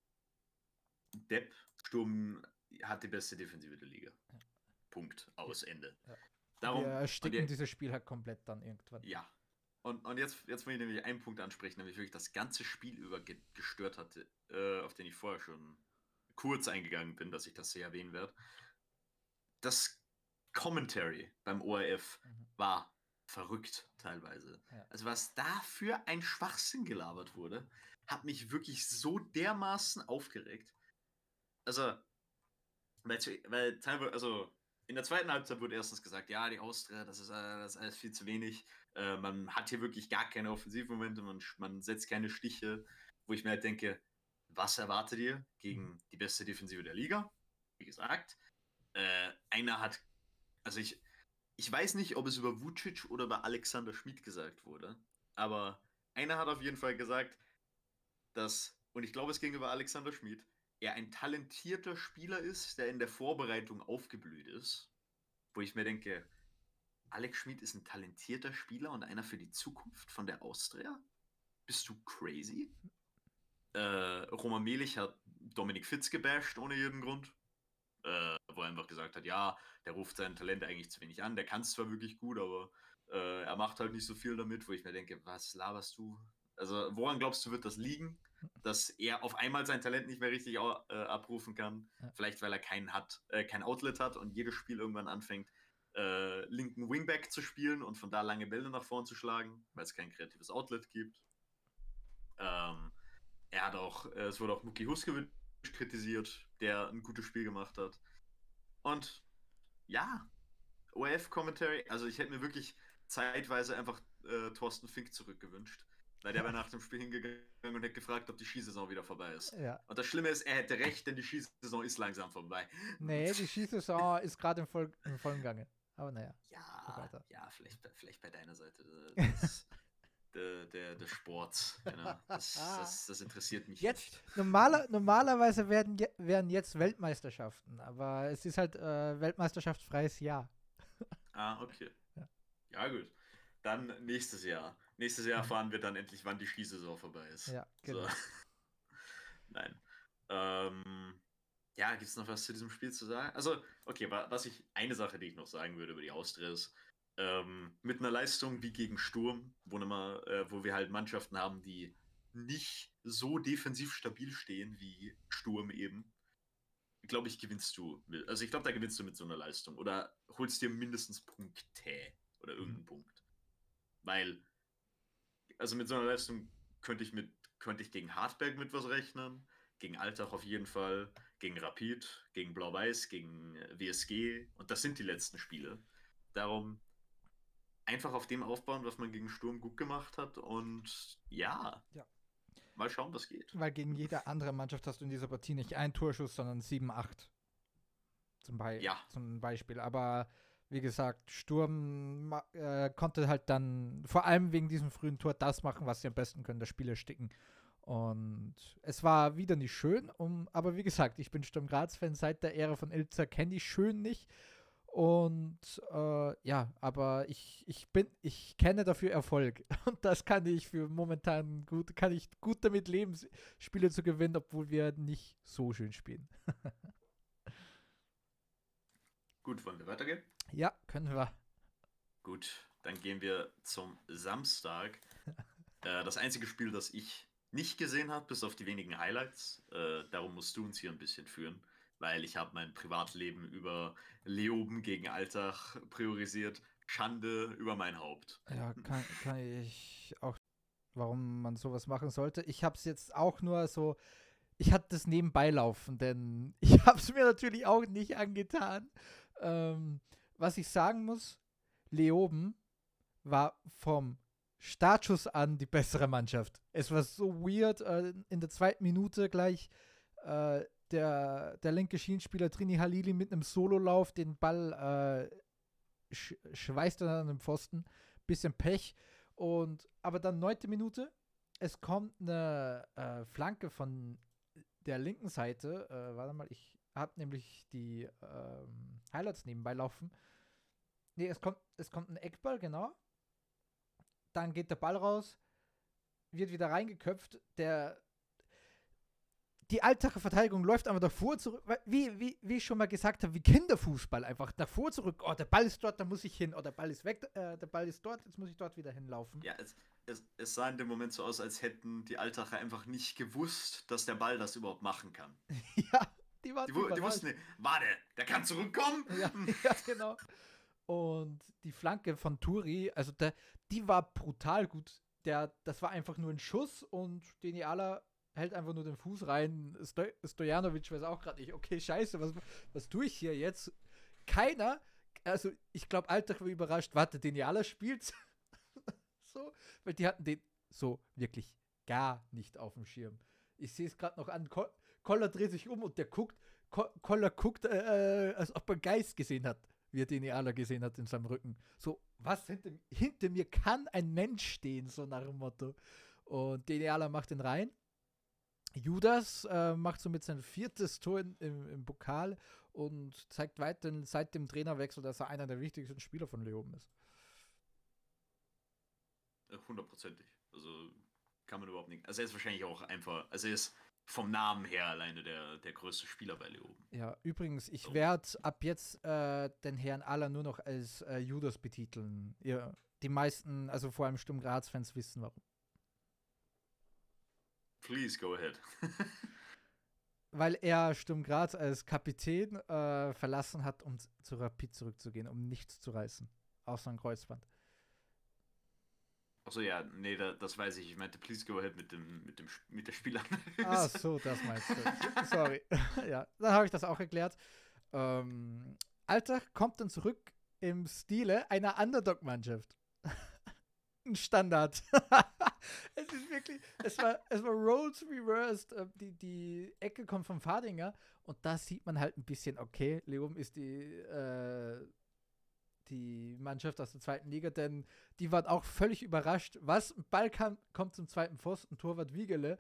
Sturm hat die beste Defensive der Liga. Ja. Punkt. Aus Ende. Ja. Darum, Wir und ersticken dieses Spiel halt komplett dann irgendwann. ja. Und jetzt will ich nämlich einen Punkt ansprechen, nämlich wirklich das ganze Spiel über gestört hatte, auf den ich vorher schon kurz eingegangen bin, dass ich das hier erwähnen werde. Das Commentary beim ORF war verrückt teilweise. Ja. Also was da für ein Schwachsinn gelabert wurde, hat mich wirklich so dermaßen aufgeregt. Also, weil teilweise, also in der zweiten Halbzeit wurde erstens gesagt, ja, die Austria, das ist alles viel zu wenig. Man hat hier wirklich gar keine Offensivmomente, man setzt keine Stiche, wo ich mir halt denke, was erwartet ihr gegen die beste Defensive der Liga? Wie gesagt, also ich weiß nicht, ob es über Vucic oder über Alexander Schmid gesagt wurde, aber einer hat auf jeden Fall gesagt, und ich glaube, es ging über Alexander Schmid, er ein talentierter Spieler ist, der in der Vorbereitung aufgeblüht ist, wo ich mir denke, Alex Schmid ist ein talentierter Spieler und einer für die Zukunft von der Austria? Bist du crazy? Roman Melich hat Dominik Fitz gebasht ohne jeden Grund, wo er einfach gesagt hat, ja, der ruft sein Talent eigentlich zu wenig an, der kann es zwar wirklich gut, aber er macht halt nicht so viel damit, wo ich mir denke, was laberst du? Also woran glaubst du, wird das liegen? Dass er auf einmal sein Talent nicht mehr richtig abrufen kann. Ja. Vielleicht, weil er kein Outlet hat und jedes Spiel irgendwann anfängt, linken Wingback zu spielen und von da lange Bälle nach vorn zu schlagen, weil es kein kreatives Outlet gibt. Es wurde auch Muki Huskewitsch kritisiert, der ein gutes Spiel gemacht hat. Und ja, ORF-Commentary, also ich hätte mir wirklich zeitweise einfach Thorsten Fink zurückgewünscht. Weil der war nach dem Spiel hingegangen und hätte gefragt, ob die Skisaison wieder vorbei ist. Ja. Und das Schlimme ist, er hätte recht, denn die Skisaison ist langsam vorbei. Nee, die Skisaison ist gerade im vollen Gange. Aber naja. Ja, vielleicht bei deiner Seite. Der Sport. Genau. Das interessiert mich jetzt nicht. Normalerweise wären jetzt Weltmeisterschaften, aber es ist halt weltmeisterschaftsfreies Jahr. Okay. Ja, gut. Dann nächstes Jahr. Nächstes Jahr erfahren wir dann endlich, wann die Skisaison vorbei ist. Ja, genau. So. Nein. Ja, gibt es noch was zu diesem Spiel zu sagen? Also, okay, eine Sache, die ich noch sagen würde über die Austria ist, mit einer Leistung wie gegen Sturm, wo wir halt Mannschaften haben, die nicht so defensiv stabil stehen wie Sturm eben, glaube ich, gewinnst du. Also ich glaube, da gewinnst du mit so einer Leistung. Oder holst dir mindestens Punkte oder irgendeinen Punkt. Weil, also mit so einer Leistung könnte ich gegen Hartberg mit was rechnen, gegen Altach auf jeden Fall, gegen Rapid, gegen Blau-Weiß, gegen WSG und das sind die letzten Spiele. Darum einfach auf dem aufbauen, was man gegen Sturm gut gemacht hat und ja. Mal schauen, was geht. Weil gegen jede andere Mannschaft hast du in dieser Partie nicht einen Torschuss, sondern 7, 8. Ja. Zum Beispiel. Aber wie gesagt, Sturm konnte halt dann vor allem wegen diesem frühen Tor das machen, was sie am besten können, das Spiel ersticken. Und es war wieder nicht schön, aber wie gesagt, ich bin Sturm Graz-Fan, seit der Ära von Ilzer kenne ich schön nicht. Und ja, aber ich kenne dafür Erfolg. Und das kann ich für momentan kann ich gut damit leben, Spiele zu gewinnen, obwohl wir nicht so schön spielen. Gut, wollen wir weitergehen? Ja, können wir. Gut, dann gehen wir zum Samstag. Das einzige Spiel, das ich nicht gesehen habe, bis auf die wenigen Highlights. Darum musst du uns hier ein bisschen führen, weil ich habe mein Privatleben über Leoben gegen Altach priorisiert. Schande über mein Haupt. Ja, kann ich auch, warum man sowas machen sollte. Ich habe es jetzt auch nur so, ich hatte das nebenbei laufen, denn ich habe es mir natürlich auch nicht angetan. Was ich sagen muss, Leoben war vom Startschuss an die bessere Mannschaft. Es war so weird, in der zweiten Minute gleich der linke Schienenspieler Trini Halili mit einem Sololauf den Ball schweißt dann an den Pfosten. Bisschen Pech. Aber dann 9. Minute, es kommt eine Flanke von der linken Seite. Warte mal, ich habe nämlich die Highlights nebenbei laufen. Nee, es kommt ein Eckball, genau. Dann geht der Ball raus, wird wieder reingeköpft. Die Altacher Verteidigung läuft einfach davor zurück, wie ich schon mal gesagt habe, wie Kinderfußball einfach davor zurück. Oh, der Ball ist dort, da muss ich hin. Oh, der Ball ist weg, der Ball ist dort, jetzt muss ich dort wieder hinlaufen. Ja, es sah in dem Moment so aus, als hätten die Altacher einfach nicht gewusst, dass der Ball das überhaupt machen kann. Ja, die wussten nicht, warte, der kann zurückkommen? Ja, genau. Und die Flanke von Turi, also die war brutal gut. Das war einfach nur ein Schuss und Deniala hält einfach nur den Fuß rein. Stojanovic weiß auch gerade nicht, okay, scheiße, was tue ich hier jetzt? Keiner, also ich glaube, Altach war überrascht, warte, Deniala spielt so, weil die hatten den so wirklich gar nicht auf dem Schirm. Ich sehe es gerade noch an, Koller dreht sich um und der guckt, Koller guckt, als ob er einen Geist gesehen hat, wie er Deniala gesehen hat in seinem Rücken. So, was hinter mir kann ein Mensch stehen, so nach dem Motto. Und Deniala macht den rein. Judas macht somit sein 4. Tor im Pokal und zeigt weiterhin seit dem Trainerwechsel, dass er einer der wichtigsten Spieler von Leoben ist. 100%. Also kann man überhaupt nicht. Also er ist wahrscheinlich auch einfach, also er ist vom Namen her alleine der größte Spieler bei Leoben. Ja, übrigens, ich werde ab jetzt den Herrn Aller nur noch als Judas betiteln. Ja, die meisten, also vor allem Sturm Graz-Fans wissen warum. Please go ahead. Weil er Sturm Graz als Kapitän verlassen hat, um zu Rapid zurückzugehen, um nichts zu reißen. Außer ein Kreuzband. Achso, ja, nee, das weiß ich. Ich meinte, please go ahead mit der Spielanalyse. Ah, so, das meinst du. Sorry. Ja, dann habe ich das auch erklärt. Altach kommt dann zurück im Stile einer Underdog-Mannschaft. Ein Standard. Es ist wirklich, es war Roles reversed. Die Ecke kommt vom Fadinger und da sieht man halt ein bisschen, okay, Leoben ist die Mannschaft aus der 2. Liga, denn die waren auch völlig überrascht. Was? Ball kommt zum 2. Pfosten, Torwart Wiegele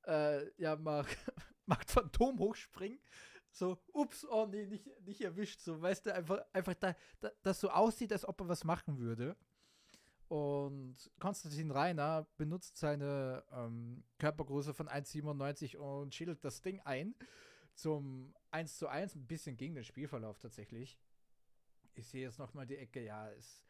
macht Phantom hochspringen. So, ups, oh nee, nicht erwischt. So, weißt du, einfach das so aussieht, als ob er was machen würde. Und Konstantin Rainer benutzt seine Körpergröße von 1,97 und schädelt das Ding ein zum 1:1, ein bisschen gegen den Spielverlauf tatsächlich. Ich sehe jetzt nochmal die Ecke, ja,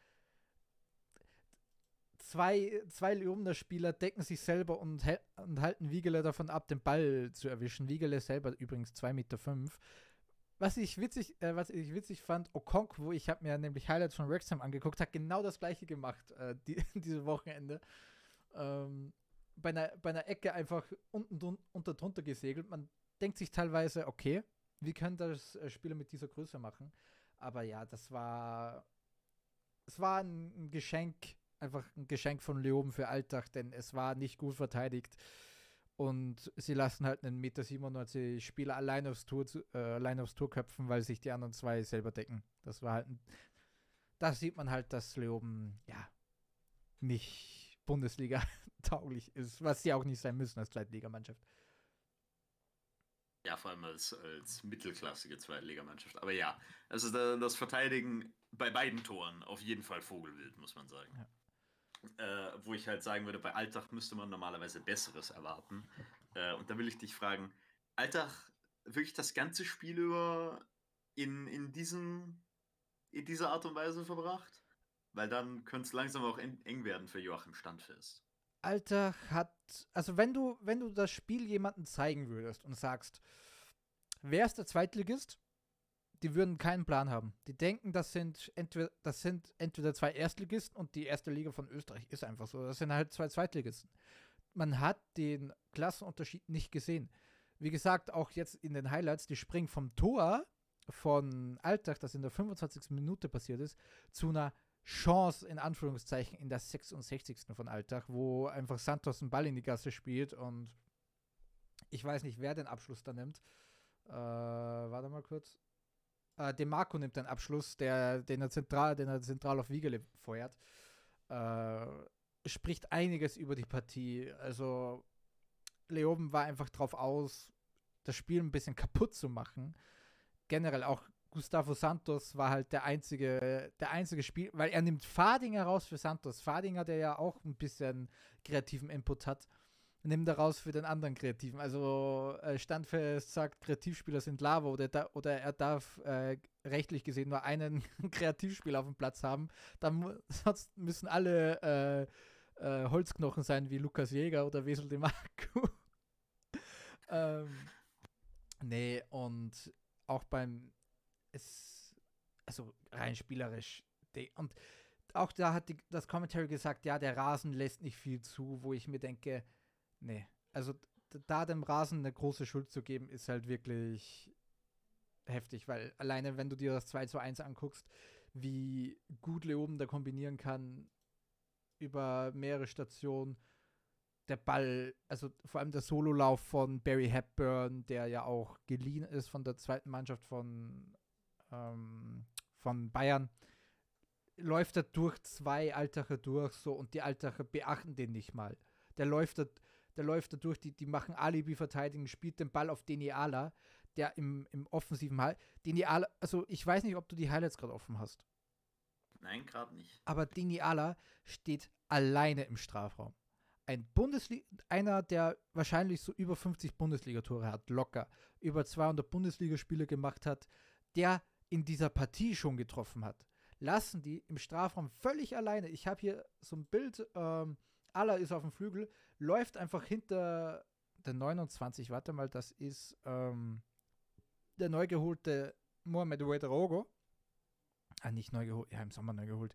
zwei Leobener Spieler decken sich selber und halten Wiegele davon ab, den Ball zu erwischen. Wiegele selber übrigens 2,5 Meter. Was ich witzig fand, Okonkwo, ich habe mir nämlich Highlights von Wrexham angeguckt, hat genau das gleiche gemacht dieses Wochenende. Bei einer Ecke einfach unter drunter gesegelt. Man denkt sich teilweise, okay, wie können das Spieler mit dieser Größe machen? Aber ja, es war ein Geschenk, einfach ein Geschenk von Leoben für Altach, denn es war nicht gut verteidigt. Und sie lassen halt einen 1,97 Meter Spieler alleine aufs Tor köpfen, weil sich die anderen zwei selber decken. Das war halt da sieht man halt, dass Leoben ja nicht Bundesliga tauglich ist, was sie auch nicht sein müssen als Zweitligamannschaft. Ja, vor allem als mittelklassige Zweitligamannschaft. Aber ja, also das Verteidigen bei beiden Toren auf jeden Fall Vogelwild, muss man sagen. Ja. Wo ich halt sagen würde, bei Altach müsste man normalerweise Besseres erwarten. Und da will ich dich fragen, Altach wirklich das ganze Spiel über in dieser Art und Weise verbracht? Weil dann könnte es langsam auch eng werden für Joachim Standfest. Altach hat, also wenn du das Spiel jemandem zeigen würdest und sagst, wer ist der Zweitligist, die würden keinen Plan haben. Die denken, das sind entweder zwei Erstligisten und die erste Liga von Österreich ist einfach so. Das sind halt zwei Zweitligisten. Man hat den Klassenunterschied nicht gesehen. Wie gesagt, auch jetzt in den Highlights, die springen vom Tor von Altach, das in der 25. Minute passiert ist, zu einer Chance in Anführungszeichen in der 66. von Altach, wo einfach Santos einen Ball in die Gasse spielt und ich weiß nicht, wer den Abschluss da nimmt. Warte mal kurz. DeMarco nimmt den Abschluss, den er zentral auf Wiegele feuert. Spricht einiges über die Partie. Also Leoben war einfach drauf aus, das Spiel ein bisschen kaputt zu machen. Generell auch Gustavo Santos war halt der einzige Spiel, weil er nimmt Fadinger raus für Santos. Fadinger, der ja auch ein bisschen kreativen Input hat, nimmt er raus für den anderen Kreativen. Also Standfest sagt, Kreativspieler sind Lava oder er darf rechtlich gesehen nur einen Kreativspieler auf dem Platz haben. Sonst müssen alle Holzknochen sein wie Lukas Jäger oder Wesel de Marco. Nee, und auch also rein spielerisch. Und auch da hat das Commentary gesagt, ja, der Rasen lässt nicht viel zu, wo ich mir denke, nee, also da dem Rasen eine große Schuld zu geben, ist halt wirklich heftig, weil alleine, wenn du dir das 2:1 anguckst, wie gut Leoben da kombinieren kann über mehrere Stationen, der Ball, also vor allem der Sololauf von Barry Hepburn, der ja auch geliehen ist von der zweiten Mannschaft von Bayern, läuft er durch zwei Altacher durch so und die Altacher beachten den nicht mal. Der läuft da durch, die machen Alibi-Verteidigung, spielt den Ball auf Deni Ala, der im offensiven Deni Ala, also ich weiß nicht, ob du die Highlights gerade offen hast. Nein, gerade nicht. Aber Deni Ala steht alleine im Strafraum. Einer, der wahrscheinlich so über 50 Bundesligatore hat, locker, über 200 Bundesligaspiele gemacht hat, der in dieser Partie schon getroffen hat. Lassen die im Strafraum völlig alleine. Ich habe hier so ein Bild, Ala ist auf dem Flügel, läuft einfach hinter der 29, warte mal, das ist der neu geholte Mohamed Ouedraogo. Nicht neu geholt, ja, im Sommer neu geholt.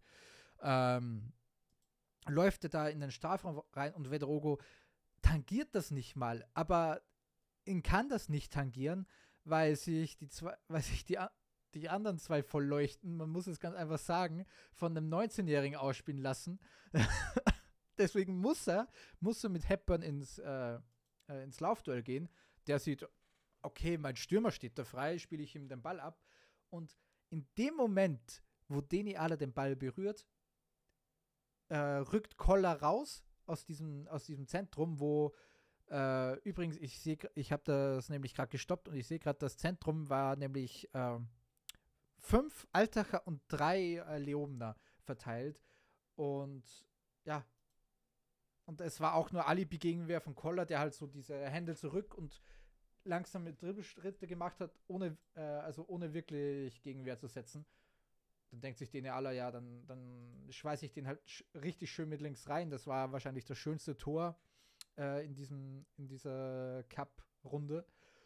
Läuft er da in den Strafraum rein und Ouedraogo tangiert das nicht mal, aber ihn kann das nicht tangieren, weil sich die anderen zwei voll leuchten, man muss es ganz einfach sagen, von einem 19-Jährigen ausspielen lassen. Deswegen muss er mit Hepburn ins Laufduell gehen. Der sieht, okay, mein Stürmer steht da frei, spiele ich ihm den Ball ab. Und in dem Moment, wo Deni Ala den Ball berührt, rückt Koller raus aus diesem Zentrum, wo übrigens, ich habe das nämlich gerade gestoppt und ich sehe gerade, das Zentrum war nämlich 5 Altacher und 3 Leobener verteilt. Und ja, und es war auch nur Alibi-Gegenwehr von Koller, der halt so diese Hände zurück und langsame Dribbelschritte gemacht hat, ohne wirklich Gegenwehr zu setzen. Dann denkt sich Deni Ala, ja, dann schweiße ich den halt richtig schön mit links rein. Das war wahrscheinlich das schönste Tor in dieser Cup-Runde.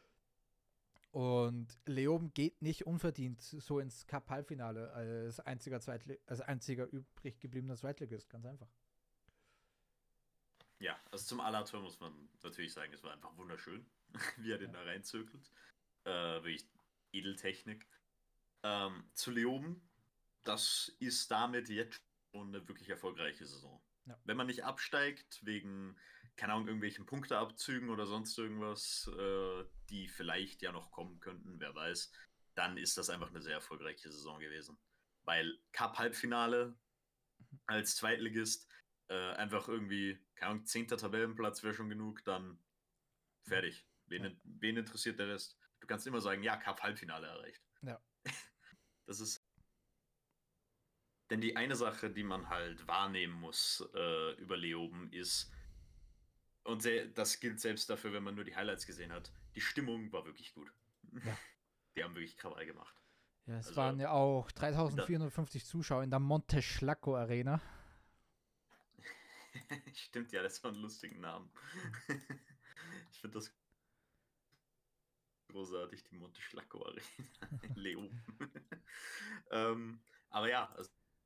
Und Leoben geht nicht unverdient so ins Cup-Halbfinale als einziger übrig gebliebener Zweitligist, ganz einfach. Ja, also zum Ala-Tor muss man natürlich sagen, es war einfach wunderschön, wie er den da reinzirkelt. Wirklich Edeltechnik. Zu Leoben, das ist damit jetzt schon eine wirklich erfolgreiche Saison. Ja. Wenn man nicht absteigt wegen keine Ahnung, irgendwelchen Punkteabzügen oder sonst irgendwas, die vielleicht ja noch kommen könnten, wer weiß, dann ist das einfach eine sehr erfolgreiche Saison gewesen. Weil Cup-Halbfinale als Zweitligist, einfach irgendwie, keine Ahnung, 10. Tabellenplatz wäre schon genug, dann fertig. Wen interessiert der Rest? Du kannst immer sagen, ja, Cup-Halbfinale erreicht. Ja. Das ist. Denn die eine Sache, die man halt wahrnehmen muss über Leoben ist, und das gilt selbst dafür, wenn man nur die Highlights gesehen hat, die Stimmung war wirklich gut. Ja. Die haben wirklich Krawall gemacht. Ja, es Also, waren ja auch 3450 Zuschauer in der Monteschlacco Arena. Stimmt, ja, das war ein lustigen Namen. Ich finde das großartig, die Monteschlacco Arena in Leoben. Aber ja, also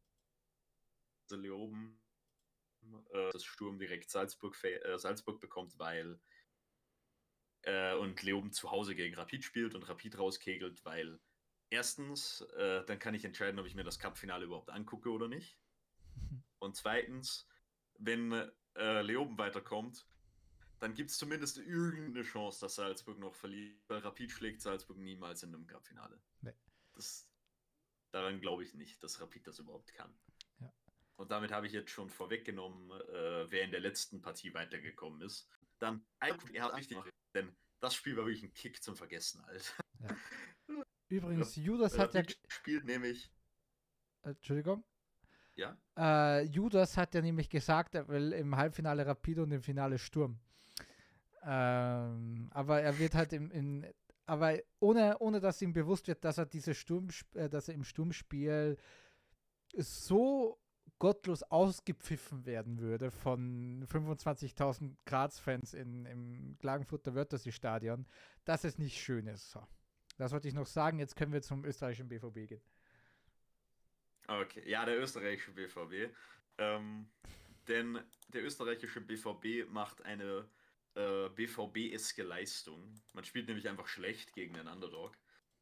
Leoben, das Sturm direkt Salzburg bekommt, weil und Leoben zu Hause gegen Rapid spielt und Rapid rauskegelt, weil erstens, dann kann ich entscheiden, ob ich mir das Cup-Finale überhaupt angucke oder nicht. Und zweitens, wenn Leoben weiterkommt, dann gibt es zumindest irgendeine Chance, dass Salzburg noch verliert. Weil Rapid schlägt Salzburg niemals in einem Cup-Finale. Nee. Daran glaube ich nicht, dass Rapid das überhaupt kann. Ja. Und damit habe ich jetzt schon vorweggenommen, wer in der letzten Partie weitergekommen ist. Dann, wichtig, denn das Spiel war wirklich ein Kick zum Vergessen, Alter. Ja. Übrigens, Judas hat ja... Spielt nämlich... Entschuldigung? Ja? Judas hat ja nämlich gesagt, er will im Halbfinale Rapid und im Finale Sturm. Aber er wird halt aber ohne dass ihm bewusst wird, dass er dass er im Sturmspiel so gottlos ausgepfiffen werden würde von 25.000 Graz-Fans im Klagenfurter Wörthersee-Stadion, dass es nicht schön ist. So. Das wollte ich noch sagen. Jetzt können wir zum österreichischen BVB gehen. Okay, ja, der österreichische BVB. Denn der österreichische BVB macht eine BVB-eske Leistung. Man spielt nämlich einfach schlecht gegen einen Underdog.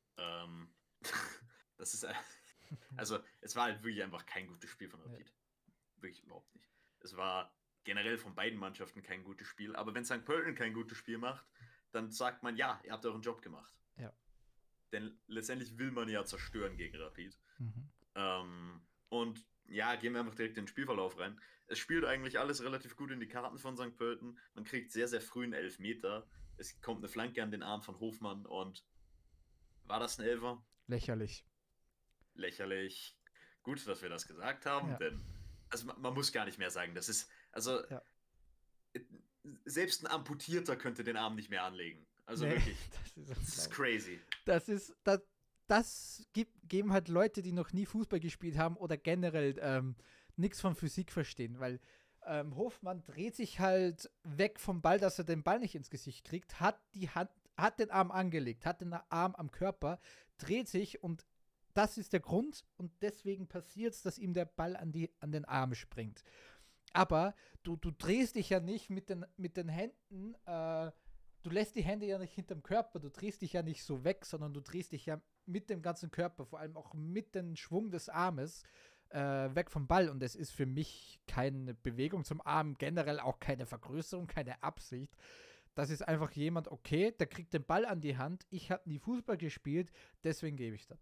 Das ist also es war halt wirklich einfach kein gutes Spiel von Rapid. Ja. Wirklich überhaupt nicht. Es war generell von beiden Mannschaften kein gutes Spiel. Aber wenn St. Pölten kein gutes Spiel macht, dann sagt man, ja, ihr habt euren Job gemacht. Ja. Denn letztendlich will man ja zerstören gegen Rapid. Mhm. Und ja, gehen wir einfach direkt in den Spielverlauf rein. Es spielt eigentlich alles relativ gut in die Karten von St. Pölten. Man kriegt sehr, sehr früh einen Elfmeter. Es kommt eine Flanke an den Arm von Hofmann und war das ein Elfer? Lächerlich. Lächerlich. Gut, dass wir das gesagt haben, Ja. denn also man muss gar nicht mehr sagen. Das ist, also Ja. Selbst ein Amputierter könnte den Arm nicht mehr anlegen. Also Nee, wirklich. das ist crazy. Das geben halt Leute, die noch nie Fußball gespielt haben oder generell nichts von Physik verstehen, weil Hofmann dreht sich halt weg vom Ball, dass er den Ball nicht ins Gesicht kriegt, hat den Arm angelegt, hat den Arm am Körper, dreht sich und das ist der Grund und deswegen passiert es, dass ihm der Ball an den Arm springt. Aber du drehst dich ja nicht mit den Händen, du lässt die Hände ja nicht hinterm Körper, du drehst dich ja nicht so weg, sondern du drehst dich ja mit dem ganzen Körper, vor allem auch mit dem Schwung des Armes, weg vom Ball. Und es ist für mich keine Bewegung zum Arm, generell auch keine Vergrößerung, keine Absicht. Das ist einfach jemand, okay, der kriegt den Ball an die Hand, ich habe nie Fußball gespielt, deswegen gebe ich das.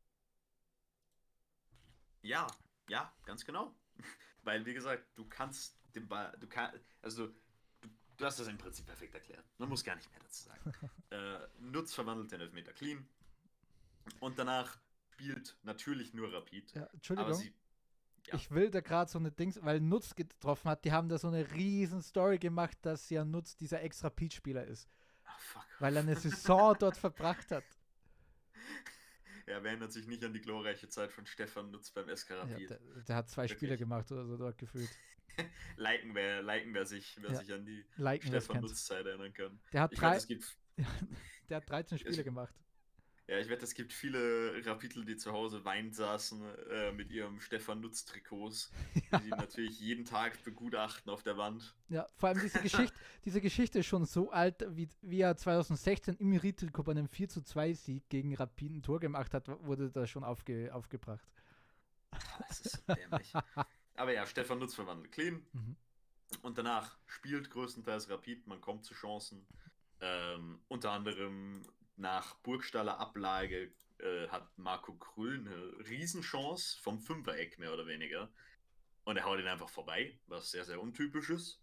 Ja, ganz genau. Weil, wie gesagt, du kannst den Ball, du hast das im Prinzip perfekt erklärt. Man muss gar nicht mehr dazu sagen. Nutz verwandelt den Elfmeter clean. Und danach spielt natürlich nur Rapid. Ja, Entschuldigung. Ja. Ich will da gerade so eine Dings, weil Nutz getroffen hat, die haben da so eine riesen Story gemacht, dass ja Nutz dieser Ex-Rapid-Spieler ist. Fuck. Weil er eine Saison dort verbracht hat. Er erinnert sich nicht an die glorreiche Zeit von Stefan Nutz beim SK Rapid. Ja, der hat 2 Spiele gemacht oder so dort gefühlt. liken, wer sich an die Stefan Nutz-Zeit erinnern kann. Der hat 13 Spiele gemacht. Ja, ich wette, es gibt viele Rapidler, die zu Hause weinend saßen mit ihrem Stefan Nutz-Trikots, die natürlich jeden Tag begutachten auf der Wand. Ja, vor allem diese Geschichte ist schon so alt, wie er 2016 im Riedtrikot bei einem 4:2-Sieg gegen Rapid ein Tor gemacht hat, wurde da schon aufgebracht. Das ist so dämlich. Aber ja, Stefan Nutz verwandelt clean. Und danach spielt größtenteils Rapid, man kommt zu Chancen. Unter anderem nach Burgstaller Ablage hat Marco Krüll eine Riesenchance vom Fünfereck mehr oder weniger. Und er haut ihn einfach vorbei, was sehr, sehr untypisch ist.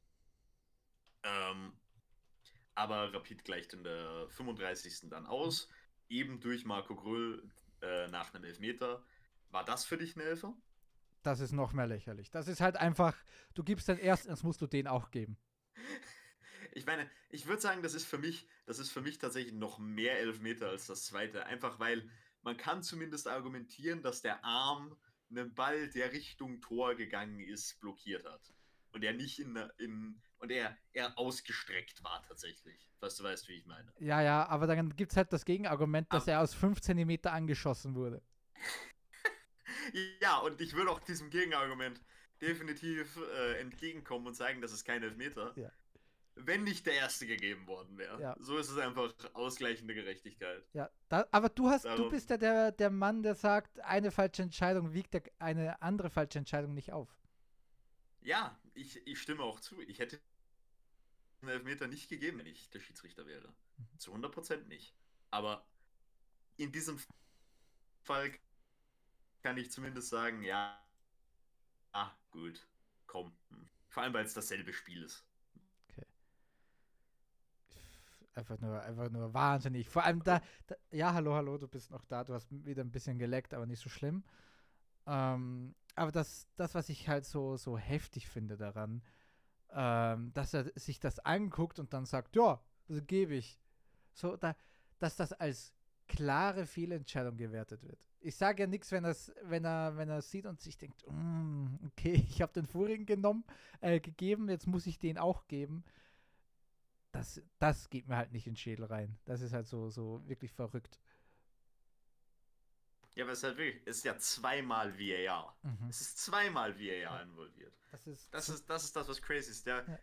Aber Rapid gleicht in der 35. dann aus, eben durch Marco Krüll nach einem Elfmeter. War das für dich ein Elfer? Das ist noch mehr lächerlich. Das ist halt einfach, du gibst den ersten, jetzt musst du den auch geben. Ich meine, ich würde sagen, das ist für mich tatsächlich noch mehr Elfmeter als das zweite. Einfach weil man kann zumindest argumentieren, dass der Arm einen Ball, der Richtung Tor gegangen ist, blockiert hat. Und er nicht und er ausgestreckt war tatsächlich. Falls du weißt, wie ich meine. Ja, aber dann gibt es halt das Gegenargument, dass er aus 5 Zentimeter angeschossen wurde. Ja, und ich würde auch diesem Gegenargument definitiv entgegenkommen und sagen, das ist kein Elfmeter. Ja. Wenn nicht der erste gegeben worden wäre. Ja. So ist es einfach ausgleichende Gerechtigkeit. Ja, aber du bist ja der Mann, der sagt, eine falsche Entscheidung wiegt eine andere falsche Entscheidung nicht auf. Ja, ich stimme auch zu. Ich hätte einen Elfmeter nicht gegeben, wenn ich der Schiedsrichter wäre. Zu 100% nicht. Aber in diesem Fall kann ich zumindest sagen, ja, gut, komm. Vor allem, weil es dasselbe Spiel ist. Einfach nur wahnsinnig. Vor allem ja, hallo, du bist noch da. Du hast wieder ein bisschen geleckt, aber nicht so schlimm. Aber das, was ich halt so heftig finde daran, dass er sich das anguckt und dann sagt, ja, das gebe ich. So, dass das als klare Fehlentscheidung gewertet wird. Ich sage ja nichts, wenn er sieht und sich denkt, okay, ich habe den vorigen gegeben, jetzt muss ich den auch geben. Das geht mir halt nicht in den Schädel rein. Das ist halt so wirklich verrückt. Ja, aber es ist halt wirklich, es ist ja zweimal VAR. Mhm. Es ist zweimal VAR involviert. Das ist das, was crazy ist. Der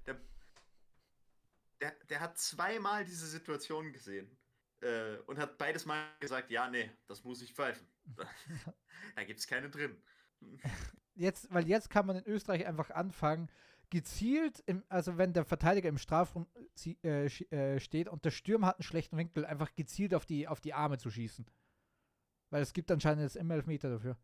hat zweimal diese Situation gesehen und hat beides Mal gesagt, ja, nee, das muss ich pfeifen. Da gibt es keine drin. Weil jetzt kann man in Österreich einfach anfangen, gezielt, also wenn der Verteidiger im Strafraum steht und der Stürmer hat einen schlechten Winkel, einfach gezielt auf die Arme zu schießen. Weil es gibt anscheinend jetzt immer Elfmeter dafür.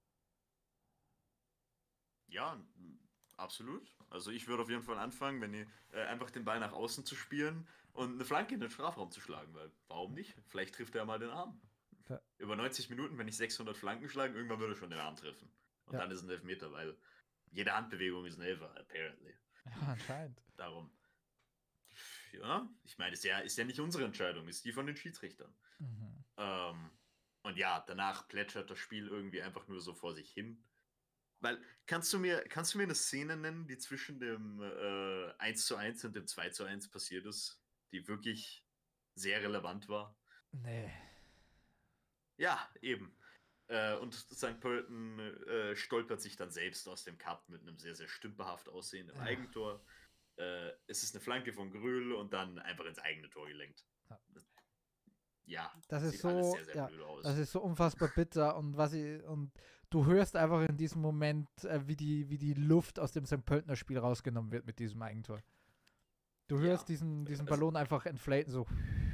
Ja, absolut. Also ich würde auf jeden Fall anfangen, wenn ihr einfach den Ball nach außen zu spielen und eine Flanke in den Strafraum zu schlagen, weil warum nicht? Vielleicht trifft er mal den Arm. Ja. Über 90 Minuten, wenn ich 600 Flanken schlage, irgendwann würde er schon den Arm treffen. Und dann ist ein Elfmeter, weil jede Handbewegung ist ein Elfer, apparently. Ja, anscheinend. Darum. Ja, ich meine, ist ja nicht unsere Entscheidung, ist die von den Schiedsrichtern. Mhm. Und ja, danach plätschert das Spiel irgendwie einfach nur so vor sich hin. Weil, kannst du mir eine Szene nennen, die zwischen dem 1:1 und dem 2:1 passiert ist, die wirklich sehr relevant war? Nee. Ja, eben. Und St. Pölten stolpert sich dann selbst aus dem Cup mit einem sehr, sehr stümperhaft aussehenden Eigentor. Es ist eine Flanke von Gröhl und dann einfach ins eigene Tor gelenkt. Ja, das ist sieht so, alles sehr, sehr blöd aus. Das ist so unfassbar bitter und du hörst einfach in diesem Moment, wie die Luft aus dem St. Pöltener Spiel rausgenommen wird mit diesem Eigentor. Du hörst diesen Ballon einfach entflaten, so.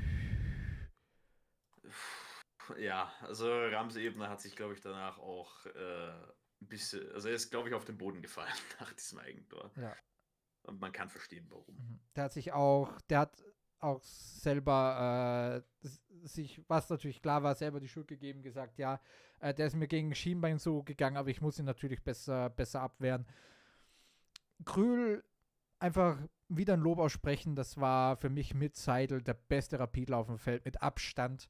Ja, also Ramsey Ebner hat sich, glaube ich, danach auch ein bisschen, also er ist, glaube ich, auf den Boden gefallen nach diesem Eigentor. Ja. Und man kann verstehen, warum. Der hat auch selber was natürlich klar war, selber die Schuld gegeben, gesagt, ja, der ist mir gegen ein Schienbein so gegangen, aber ich muss ihn natürlich besser abwehren. Krühl einfach wieder ein Lob aussprechen, das war für mich mit Seidel der beste Rapidler auf dem Feld, mit Abstand.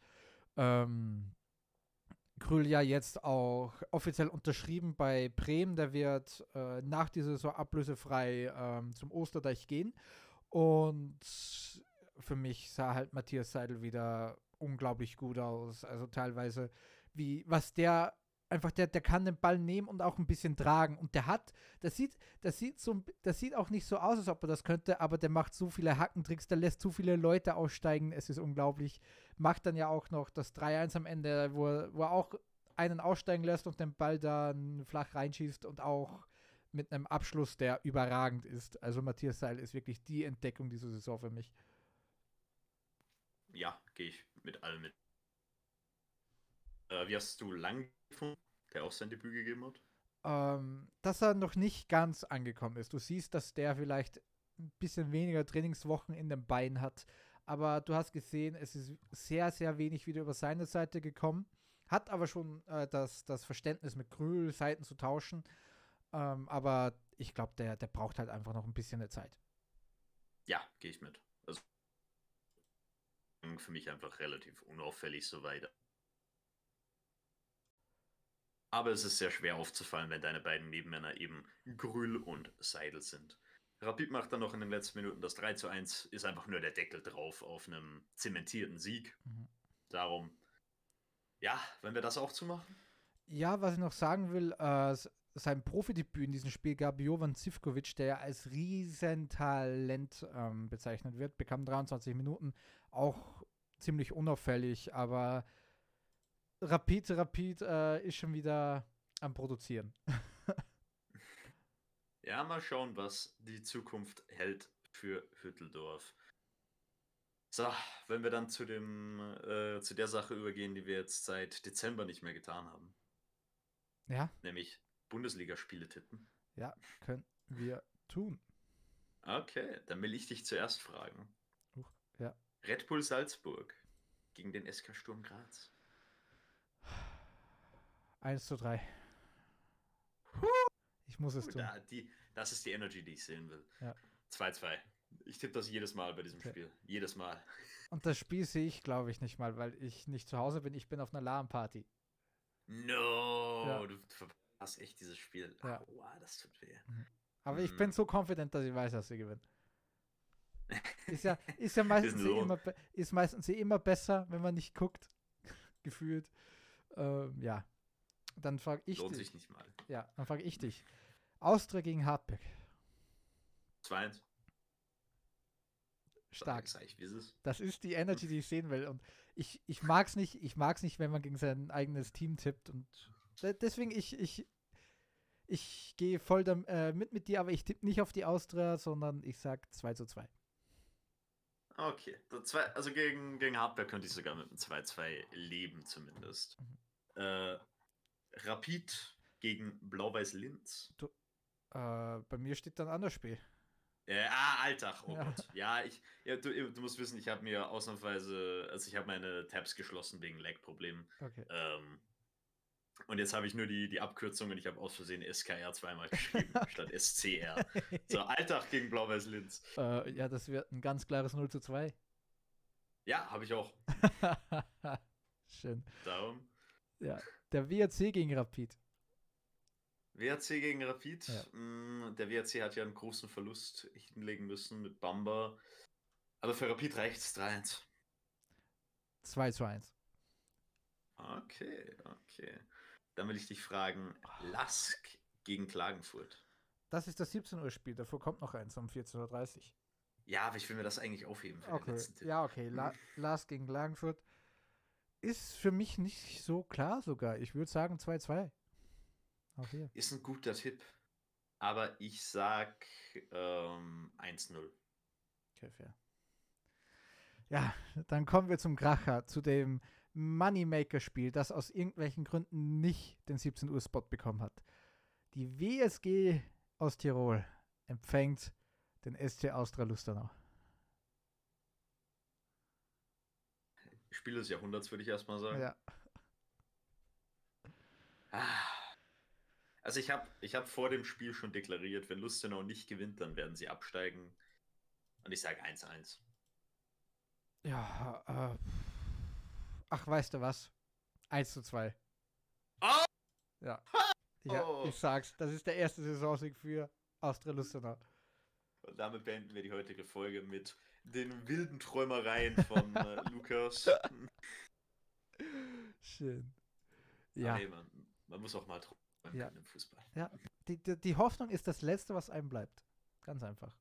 Krühl ja jetzt auch offiziell unterschrieben bei Bremen, der wird nach dieser Saison ablösefrei zum Osterdeich gehen und für mich sah halt Matthias Seidel wieder unglaublich gut aus. Also teilweise, der kann den Ball nehmen und auch ein bisschen tragen. Und das sieht auch nicht so aus, als ob er das könnte, aber der macht so viele Hackentricks, der lässt so viele Leute aussteigen, es ist unglaublich. Macht dann ja auch noch das 3:1 am Ende, wo er auch einen aussteigen lässt und den Ball dann flach reinschießt und auch mit einem Abschluss, der überragend ist. Also Matthias Seil ist wirklich die Entdeckung dieser Saison für mich. Ja, gehe ich mit allem mit. Wie hast du Lang gefunden, der auch sein Debüt gegeben hat? Dass er noch nicht ganz angekommen ist. Du siehst, dass der vielleicht ein bisschen weniger Trainingswochen in den Beinen hat. Aber du hast gesehen, es ist sehr, sehr wenig wieder über seine Seite gekommen. Hat aber schon das Verständnis mit Krühl Seiten zu tauschen. Aber ich glaube, der braucht halt einfach noch ein bisschen eine Zeit. Ja, gehe ich mit. Also für mich einfach relativ unauffällig so weiter. Aber es ist sehr schwer aufzufallen, wenn deine beiden Nebenmänner eben Grüll und Seidel sind. Rapid macht dann noch in den letzten Minuten das 3:1, ist einfach nur der Deckel drauf auf einem zementierten Sieg. Darum, ja, wenn wir das auch zumachen. Ja, was ich noch sagen will, sein Profidebüt in diesem Spiel gab Jovan Zivkovic, der ja als Riesentalent bezeichnet wird, bekam 23 Minuten, auch ziemlich unauffällig, aber Rapid ist schon wieder am Produzieren. Ja, mal schauen, was die Zukunft hält für Hütteldorf. So, wenn wir dann zu der Sache übergehen, die wir jetzt seit Dezember nicht mehr getan haben. Ja, Nämlich Bundesligaspiele tippen. ja, können wir tun. Okay, dann will ich dich zuerst fragen. Ja. Red Bull Salzburg gegen den SK Sturm Graz. 1:3. Ich muss es tun. Das ist die Energy, die ich sehen will. Ja. 2:2. Ich tippe das jedes Mal bei diesem Okay. Spiel. Jedes Mal. Und das Spiel sehe ich, glaube ich, nicht mal, weil ich nicht zu Hause bin. Ich bin auf einer LAN-Party. No, Ja. du verpasst echt dieses Spiel. Ja. Aua, das tut weh. Aber ich bin so confident, dass ich weiß, dass sie gewinnen. Ist meistens immer besser, wenn man nicht guckt. Gefühlt. Ja. Dann frage ich Lohnt dich. sich nicht mal. Ja, dann frage ich dich. Austria gegen Hartberg. 2:1. Stark. Sag ich, wie ist es? Das ist die Energy, die ich sehen will. Und ich mag es nicht, wenn man gegen sein eigenes Team tippt. Und deswegen, ich gehe voll mit dir, aber ich tippe nicht auf die Austria, sondern ich sag 2:2. Okay. Also gegen Hartberg könnte ich sogar mit einem 2:2 leben, zumindest. Rapid gegen Blau-Weiß Linz. Bei mir steht dann ein anderes Spiel. Alltag, oh Ja. Gott. Ja, du musst wissen, ich habe mir ausnahmsweise, also ich habe meine Tabs geschlossen wegen Lag-Problemen. Okay. Und jetzt habe ich nur die Abkürzung und ich habe aus Versehen SKR zweimal geschrieben, statt SCR. So, Alltag gegen Blau-Weiß Linz. Ja, das wird ein ganz klares 0:2. Ja, habe ich auch. Schön. Darum. Ja, der WRC gegen Rapid. WRC gegen Rapid. Ja. Der WRC hat ja einen großen Verlust hinlegen müssen mit Bamba. Aber für Rapid reicht es 3:1. 2:1. Okay. Dann will ich dich fragen, Lask gegen Klagenfurt. Das ist das 17 Uhr Spiel, davor kommt noch eins um 14:30 Uhr. Ja, aber ich will mir das eigentlich aufheben für den letzten Tipp. Ja, okay. Lars gegen Klagenfurt ist für mich nicht so klar sogar. Ich würde sagen 2:2. Auch hier. Ist ein guter Tipp. Aber ich sag 1:0. Okay, fair. Ja, dann kommen wir zum Kracher, zu dem Moneymaker-Spiel, das aus irgendwelchen Gründen nicht den 17 Uhr Spot bekommen hat. Die WSG aus Tirol empfängt den SC Austria Lustenau. Spiel des Jahrhunderts, würde ich erstmal sagen. Ja. Also ich hab vor dem Spiel schon deklariert, wenn Lustenau nicht gewinnt, dann werden sie absteigen. Und ich sage 1:1. Ja, ach, weißt du was? 1:2. Oh! Ja. Oh. Ich sag's, das ist der erste Saisonsieg für Austria Lustenau. Und damit beenden wir die heutige Folge mit den wilden Träumereien von Lukas. Schön. Ja. Nee, man muss auch mal träumen können im Fußball. Ja, die Hoffnung ist das Letzte, was einem bleibt. Ganz einfach.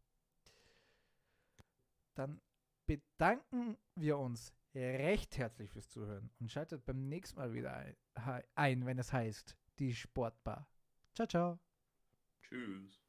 Dann bedanken wir uns recht herzlich fürs Zuhören und schaltet beim nächsten Mal wieder ein, wenn es heißt, die Sportbar. Ciao, ciao. Tschüss.